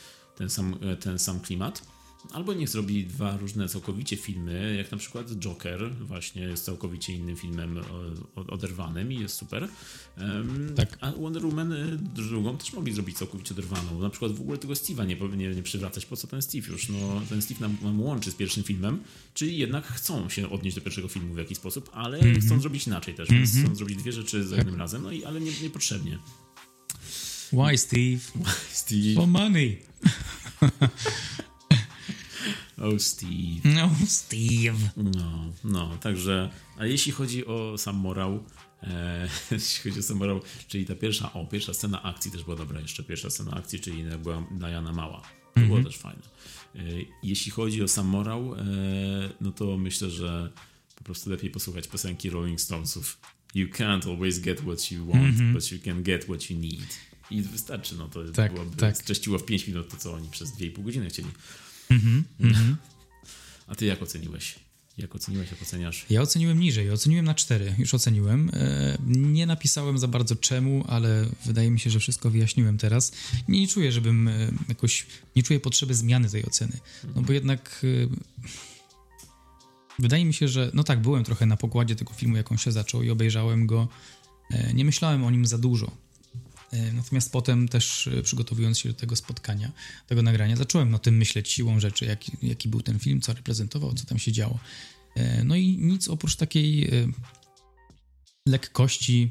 [SPEAKER 2] ten sam klimat. Albo niech zrobi dwa różne całkowicie filmy, jak na przykład Joker właśnie jest całkowicie innym filmem oderwanym i jest super.
[SPEAKER 1] Tak.
[SPEAKER 2] A Wonder Woman drugą też mogli zrobić całkowicie oderwaną. Na przykład w ogóle tego Steve'a nie przywracać. Po co ten Steve już? No, ten Steve nam łączy z pierwszym filmem, czyli jednak chcą się odnieść do pierwszego filmu w jakiś sposób, ale chcą zrobić inaczej też, więc chcą zrobić dwie rzeczy za jednym razem, no ale niepotrzebnie.
[SPEAKER 1] Why, Steve? For money.
[SPEAKER 2] Oh, Steve.
[SPEAKER 1] No, Steve.
[SPEAKER 2] No, także, a jeśli chodzi o sam morał, czyli ta pierwsza scena akcji też była dobra jeszcze, pierwsza scena akcji, czyli była Diana mała. To było też fajne. Jeśli chodzi o sam morał, no to myślę, że po prostu lepiej posłuchać piosenki Rolling Stonesów. You can't always get what you want, but you can get what you need. I wystarczy, no to byłoby streściło w 5 minut to, co oni przez 2,5 godziny chcieli. A ty jak oceniłeś? Jak oceniasz?
[SPEAKER 1] Ja oceniłem niżej, oceniłem na 4, już oceniłem. Nie napisałem za bardzo czemu, ale wydaje mi się, że wszystko wyjaśniłem teraz. Nie czuję, żebym nie czuję potrzeby zmiany tej oceny. No bo jednak wydaje mi się, że no tak, byłem trochę na pokładzie tego filmu, jak on się zaczął i obejrzałem go. Nie myślałem o nim za dużo. Natomiast potem też przygotowując się do tego spotkania, tego nagrania, zacząłem o tym myśleć siłą rzeczy, jaki był ten film, co reprezentował, co tam się działo. No i nic oprócz takiej lekkości,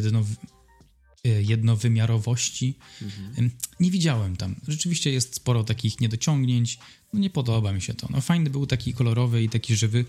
[SPEAKER 1] jednowymiarowości nie widziałem tam. Rzeczywiście jest sporo takich niedociągnięć. No nie podoba mi się to. No fajny był taki kolorowy i taki żywy,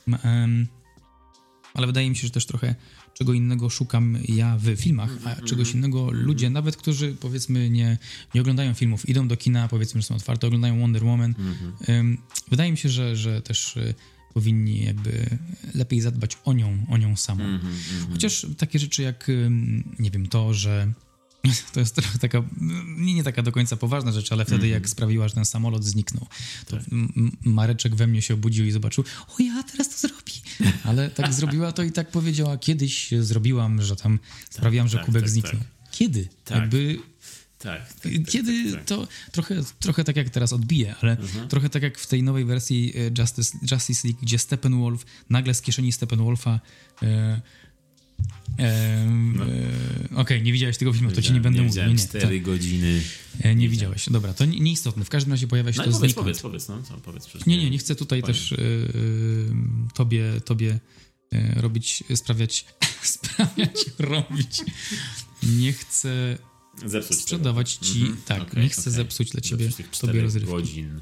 [SPEAKER 1] ale wydaje mi się, że też trochę czego innego szukam ja w filmach, a czegoś innego ludzie, nawet którzy powiedzmy nie oglądają filmów, idą do kina, powiedzmy, że są otwarte, oglądają Wonder Woman. Wydaje mi się, że też powinni jakby lepiej zadbać o nią samą. Chociaż takie rzeczy jak, nie wiem, to, że to jest trochę taka, nie taka do końca poważna rzecz, ale wtedy jak sprawiła, że ten samolot zniknął, to Mareczek we mnie się obudził i zobaczył, o ja teraz to zrobi. Ale tak zrobiła to i tak powiedziała, kiedyś zrobiłam, że tam sprawiłam, że kubek zniknął. Kiedy? Jakby... Kiedy to trochę tak jak teraz odbije, ale trochę tak jak w tej nowej wersji Justice League, gdzie Steppenwolf nagle z kieszeni Steppenwolfa okej, nie widziałeś tego filmu, to ci nie będę mówił.
[SPEAKER 2] Nie, 4 godziny.
[SPEAKER 1] Nie widziałeś. Dobra, to nieistotne. W każdym razie pojawia się to znikąd.
[SPEAKER 2] Powiedz.
[SPEAKER 1] Nie chcę tutaj też tobie robić, robić. Nie chcę sprzedawać ci, nie chcę zepsuć dla ciebie tobie rozrywki. Godzin.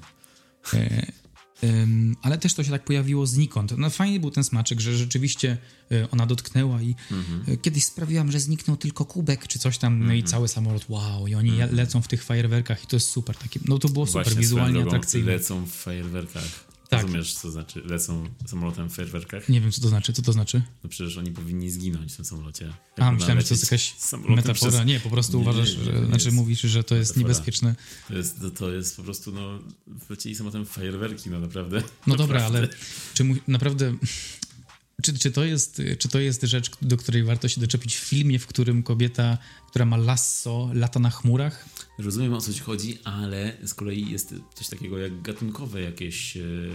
[SPEAKER 1] Ale też to się tak pojawiło znikąd. No fajny był ten smaczek, że rzeczywiście ona dotknęła i kiedyś sprawiłam, że zniknął tylko kubek czy coś tam, no i cały samolot, wow, i oni lecą w tych fajerwerkach i to jest super. Takie, no to było super, wizualnie atrakcyjne.
[SPEAKER 2] Lecą w fajerwerkach. Rozumiesz, co znaczy lecą samolotem w fajerwerkach?
[SPEAKER 1] Nie wiem, co to znaczy.
[SPEAKER 2] No przecież oni powinni zginąć w tym samolocie.
[SPEAKER 1] Myślałem, że to jest jakaś metafora. Nie, po prostu uważasz, mówisz, że to jest niebezpieczne.
[SPEAKER 2] To jest po prostu, wlecili samolotem w fajerwerki, naprawdę.
[SPEAKER 1] No dobra, ale naprawdę... Czy to jest rzecz, do której warto się doczepić w filmie, w którym kobieta, która ma lasso, lata na chmurach?
[SPEAKER 2] Rozumiem, o co ci chodzi, ale z kolei jest coś takiego jak gatunkowe jakieś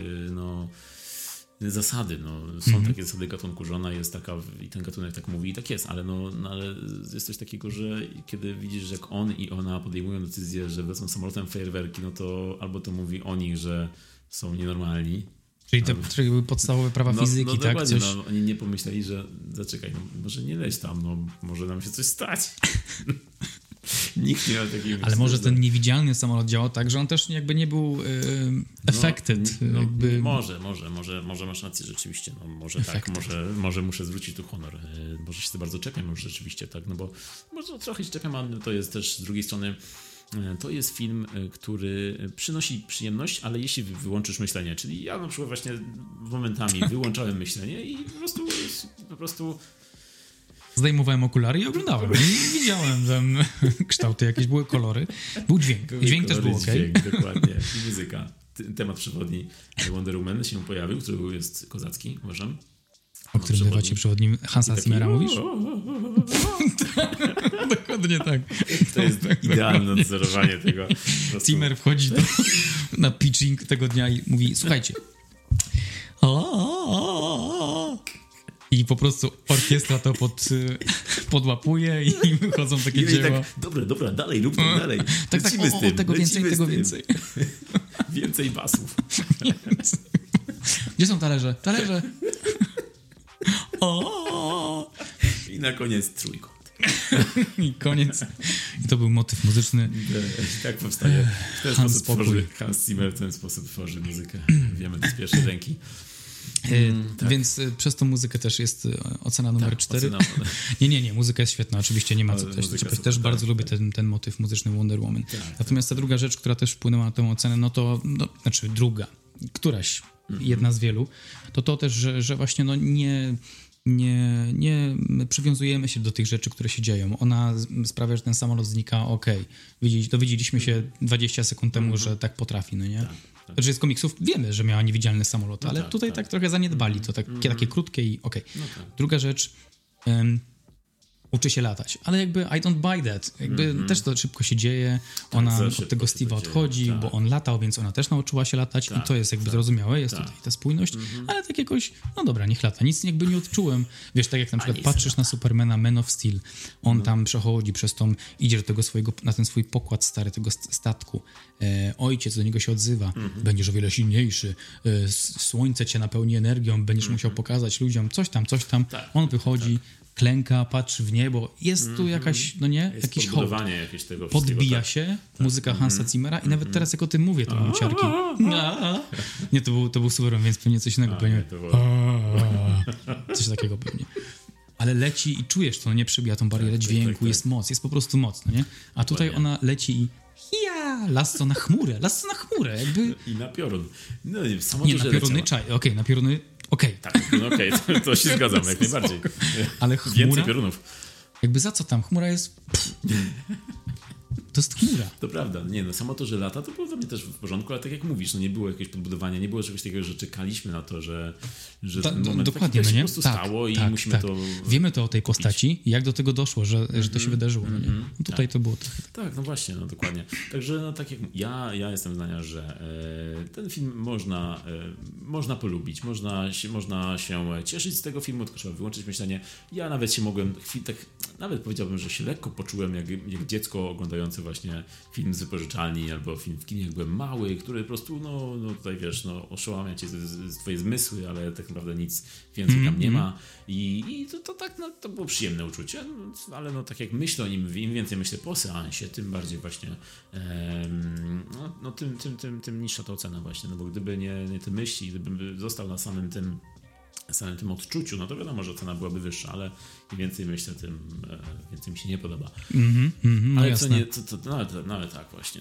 [SPEAKER 2] zasady. Są takie zasady gatunku, że ona jest taka i ten gatunek tak mówi i tak jest, ale ale jest coś takiego, że kiedy widzisz, że jak on i ona podejmują decyzję, że wlecą samolotem fajerwerki, no to albo to mówi o nich, że są nienormalni.
[SPEAKER 1] Czyli te były podstawowe prawa fizyki, tak?
[SPEAKER 2] Coś... oni nie pomyśleli, że zaczekaj, może nie leć tam, może nam się coś stać. Nikt nie ma takiej myśli.
[SPEAKER 1] Ale może ten niewidzialny samolot działał tak, że on też jakby nie był affected.
[SPEAKER 2] Może masz rację rzeczywiście. Może affected. Tak, może muszę zwrócić tu honor. Może się bardzo czepiam już rzeczywiście, tak, bo może trochę się czepiam, ale to jest też z drugiej strony to jest film, który przynosi przyjemność, ale jeśli wyłączysz myślenie, czyli ja na przykład właśnie momentami wyłączałem myślenie i po prostu
[SPEAKER 1] zdejmowałem okulary i oglądałem. I widziałem tam kształty, jakieś były kolory. Był dźwięk. Dźwięk też był okej.
[SPEAKER 2] Dokładnie. I muzyka. Temat przewodni Wonder Woman się pojawił, który jest kozacki, uważam.
[SPEAKER 1] O którym bywa ci przewodnim Hansa Zimmera mówisz? Dokładnie tak.
[SPEAKER 2] To jest idealne odzorowanie tego.
[SPEAKER 1] Zimmer wchodzi na pitching tego dnia i mówi, słuchajcie. I po prostu orkiestra to podłapuje i wychodzą takie dzieła.
[SPEAKER 2] Tak, dobra, dalej, rób tak dalej.
[SPEAKER 1] Tego więcej.
[SPEAKER 2] Więcej basów.
[SPEAKER 1] Gdzie są talerze? Talerze!
[SPEAKER 2] I na koniec trójkąt.
[SPEAKER 1] I koniec. I to był motyw muzyczny.
[SPEAKER 2] Tak powstaje. Hans Zimmer w ten sposób tworzy muzykę. Wiemy to z pierwszej ręki.
[SPEAKER 1] Tak. Więc przez tą muzykę też jest ocena numer 4. Nie, muzyka jest świetna, oczywiście nie ma co też bardzo lubię ten motyw muzyczny Wonder Woman. Natomiast ta druga rzecz, która też wpłynęła na tę ocenę, znaczy druga, któraś, jedna z wielu, to też, że właśnie nie przywiązujemy się do tych rzeczy, które się dzieją. Ona sprawia, że ten samolot znika, dowiedzieliśmy się 20 sekund temu, że tak potrafi, no nie? Tak. Znaczy z komiksów wiemy, że miała niewidzialny samolot, ale tutaj tak trochę zaniedbali. To takie krótkie i okej. Druga rzecz, uczy się latać. Ale jakby I don't buy that. Jakby też to szybko się dzieje. Ona od tego Steve'a odchodzi, bo on latał, więc ona też nauczyła się latać i to jest jakby zrozumiałe, jest tutaj ta spójność, ale tak jakoś, no dobra, niech lata. Nic jakby nie odczułem. Wiesz, tak jak na przykład patrzysz na Supermana Man of Steel, on tam przechodzi przez tą, idzie do tego swojego, na ten swój pokład stary, tego statku. Ojciec do niego się odzywa. Będziesz o wiele silniejszy. Słońce cię napełni energią, będziesz musiał pokazać ludziom coś tam. On wychodzi, klęka, patrzy w niebo. Jest tu jakaś, no nie?
[SPEAKER 2] Jest
[SPEAKER 1] jakiś hołd.
[SPEAKER 2] Jakieś tego
[SPEAKER 1] Podbija się muzyka Hansa Zimmera i nawet teraz jak o tym mówię, to mam ciarki. Nie, to był super, więc pewnie coś innego. Coś takiego pewnie. Ale leci i czujesz to, no nie przebija tą barierę dźwięku, jest moc, jest po prostu moc, no nie? A tutaj ona leci i lasso na chmurę, jakby...
[SPEAKER 2] I na piorun. No,
[SPEAKER 1] nie, na pioruny na pioruny,
[SPEAKER 2] Tak, no to się zgadzam, jak najbardziej.
[SPEAKER 1] Ale chmura...
[SPEAKER 2] Więcej piorunów.
[SPEAKER 1] Jakby za co tam? Chmura jest... To jest chmura.
[SPEAKER 2] To prawda. Nie, no samo to, że lata, to było dla mnie też w porządku, ale tak jak mówisz, no nie było jakiegoś podbudowania, nie było czegoś takiego, że czekaliśmy na to, że ten moment
[SPEAKER 1] dokładnie,
[SPEAKER 2] tak
[SPEAKER 1] no nie?
[SPEAKER 2] po prostu stało i musimy to...
[SPEAKER 1] Wiemy to o tej postaci, jak do tego doszło, że to się wydarzyło. No nie? No tutaj to było trochę.
[SPEAKER 2] Tak, no właśnie, no dokładnie. Także no tak jak ja jestem zdania, że ten film można polubić, można się cieszyć z tego filmu, tylko trzeba wyłączyć myślenie. Ja nawet się mogłem, nawet powiedziałbym, że się lekko poczułem jak dziecko oglądające właśnie film z wypożyczalni albo film w kinie, jak byłem mały, który po prostu, no tutaj wiesz, oszałamia cię twoje zmysły, ale tak naprawdę nic więcej tam nie ma. I to tak, no, to było przyjemne uczucie, ale no tak jak myślę o nim, im więcej myślę po seansie, tym bardziej właśnie tym niższa ta ocena właśnie, no bo gdyby nie te myśli, gdybym został na samym tym odczuciu, no to wiadomo, że cena byłaby wyższa, ale im więcej myślę, tym więcej mi się nie podoba.
[SPEAKER 1] No
[SPEAKER 2] ale
[SPEAKER 1] jasne.
[SPEAKER 2] to nie, nawet tak właśnie.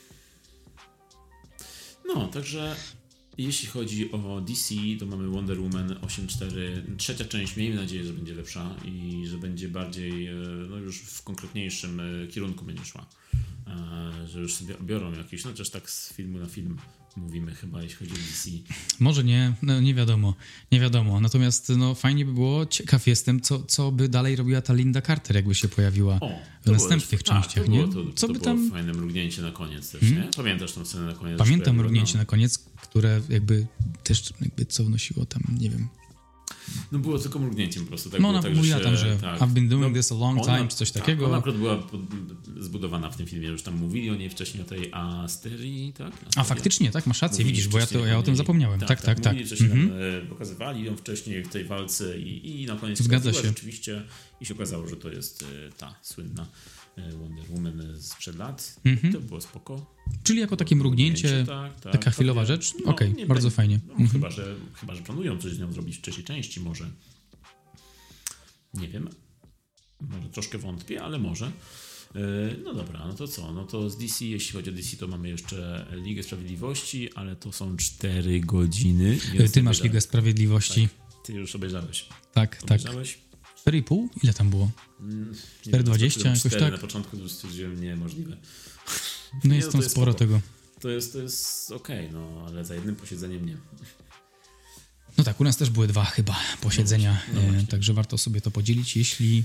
[SPEAKER 2] No, także jeśli chodzi o DC, to mamy Wonder Woman 8.4, trzecia część, miejmy nadzieję, że będzie lepsza i że będzie bardziej, no już w konkretniejszym kierunku będzie szła. Że już sobie biorą jakieś, no też tak z filmu na film mówimy chyba, jeśli chodzi o DC.
[SPEAKER 1] Może nie, no nie wiadomo. Natomiast no fajnie by było, ciekaw jestem, co by dalej robiła ta Linda Carter, jakby się pojawiła w następnych częściach, nie?
[SPEAKER 2] To było fajne mrugnięcie na koniec też, nie? Pamiętasz tą scenę na koniec?
[SPEAKER 1] Pamiętam mrugnięcie na koniec, które jakby też co wnosiło tam, nie wiem.
[SPEAKER 2] No było tylko mrugnięciem po prostu. Tak
[SPEAKER 1] no ona mówiła tam, że
[SPEAKER 2] tak.
[SPEAKER 1] I've been doing this a long time, czy coś takiego.
[SPEAKER 2] Ona akurat była zbudowana w tym filmie, już tam mówili o niej wcześniej, o tej Asterii, tak?
[SPEAKER 1] A faktycznie, tak, masz rację, widzisz, bo ja o tym zapomniałem. Tak.
[SPEAKER 2] Mówili wcześniej, pokazywali ją wcześniej w tej walce i na koniec
[SPEAKER 1] zgadza się
[SPEAKER 2] rzeczywiście i się okazało, że to jest ta słynna Wonder Woman sprzed lat. To było spoko.
[SPEAKER 1] Czyli jako takie mrugnięcie, taka chwilowa rzecz? Okej, bardzo fajnie.
[SPEAKER 2] No, chyba, że planują coś z nią zrobić w trzeciej części, może. Nie wiem. Może troszkę wątpię, ale może. No dobra, no to co? No to z DC, jeśli chodzi o DC, to mamy jeszcze Ligę Sprawiedliwości, ale to są 4 godziny.
[SPEAKER 1] Ty masz Ligę Sprawiedliwości.
[SPEAKER 2] Tak, ty już obejrzałeś.
[SPEAKER 1] Tak. 4,5? Ile tam było? 4,20 jakoś
[SPEAKER 2] 4
[SPEAKER 1] tak?
[SPEAKER 2] Na początku stwierdziłem, niemożliwe.
[SPEAKER 1] No jest tam sporo tego.
[SPEAKER 2] To jest okej, no ale za jednym posiedzeniem nie.
[SPEAKER 1] No tak, u nas też były 2 chyba posiedzenia, także warto sobie to podzielić, jeśli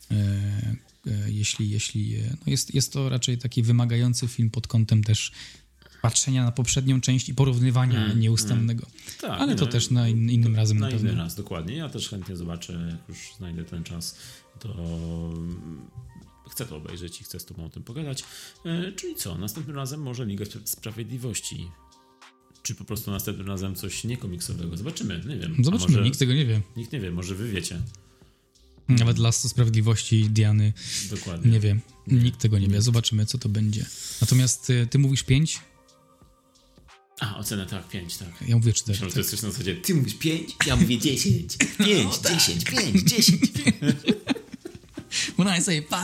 [SPEAKER 1] no jest to raczej taki wymagający film pod kątem też patrzenia na poprzednią część i porównywania nieustannego.
[SPEAKER 2] Tak,
[SPEAKER 1] ale to też na innym razem na pewno.
[SPEAKER 2] Inny raz, dokładnie. Ja też chętnie zobaczę, jak już znajdę ten czas, to chcę to obejrzeć i chcę z tobą o tym pogadać. Czyli co? Następnym razem może Liga Sprawiedliwości. Czy po prostu następnym razem coś niekomiksowego? Zobaczymy, nie wiem.
[SPEAKER 1] Zobaczymy, nikt tego nie wie.
[SPEAKER 2] Nikt nie wie, może wy wiecie.
[SPEAKER 1] Nawet Lasso Sprawiedliwości Diany.
[SPEAKER 2] Dokładnie.
[SPEAKER 1] Nie wiem. Nikt tego nie wie. Zobaczymy, co to będzie. Natomiast ty mówisz 5?
[SPEAKER 2] Ocenę tak, 5, tak.
[SPEAKER 1] Ja mówię 4.
[SPEAKER 2] Myślę, że to jest coś na zasadzie, ty mówisz 5, ja mówię 10. 5, 10, 5, 10.
[SPEAKER 1] When I say 5.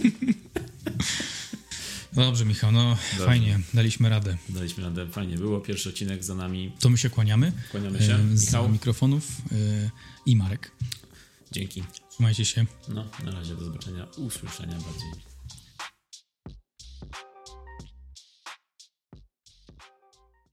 [SPEAKER 1] Dobrze, Michał, fajnie, daliśmy radę.
[SPEAKER 2] Fajnie było. Pierwszy odcinek za nami.
[SPEAKER 1] To my się kłaniamy.
[SPEAKER 2] Kłaniamy się. Michał.
[SPEAKER 1] Z mikrofonów i Marek.
[SPEAKER 2] Dzięki.
[SPEAKER 1] Trzymajcie się.
[SPEAKER 2] Na razie, do zobaczenia, usłyszenia bardziej.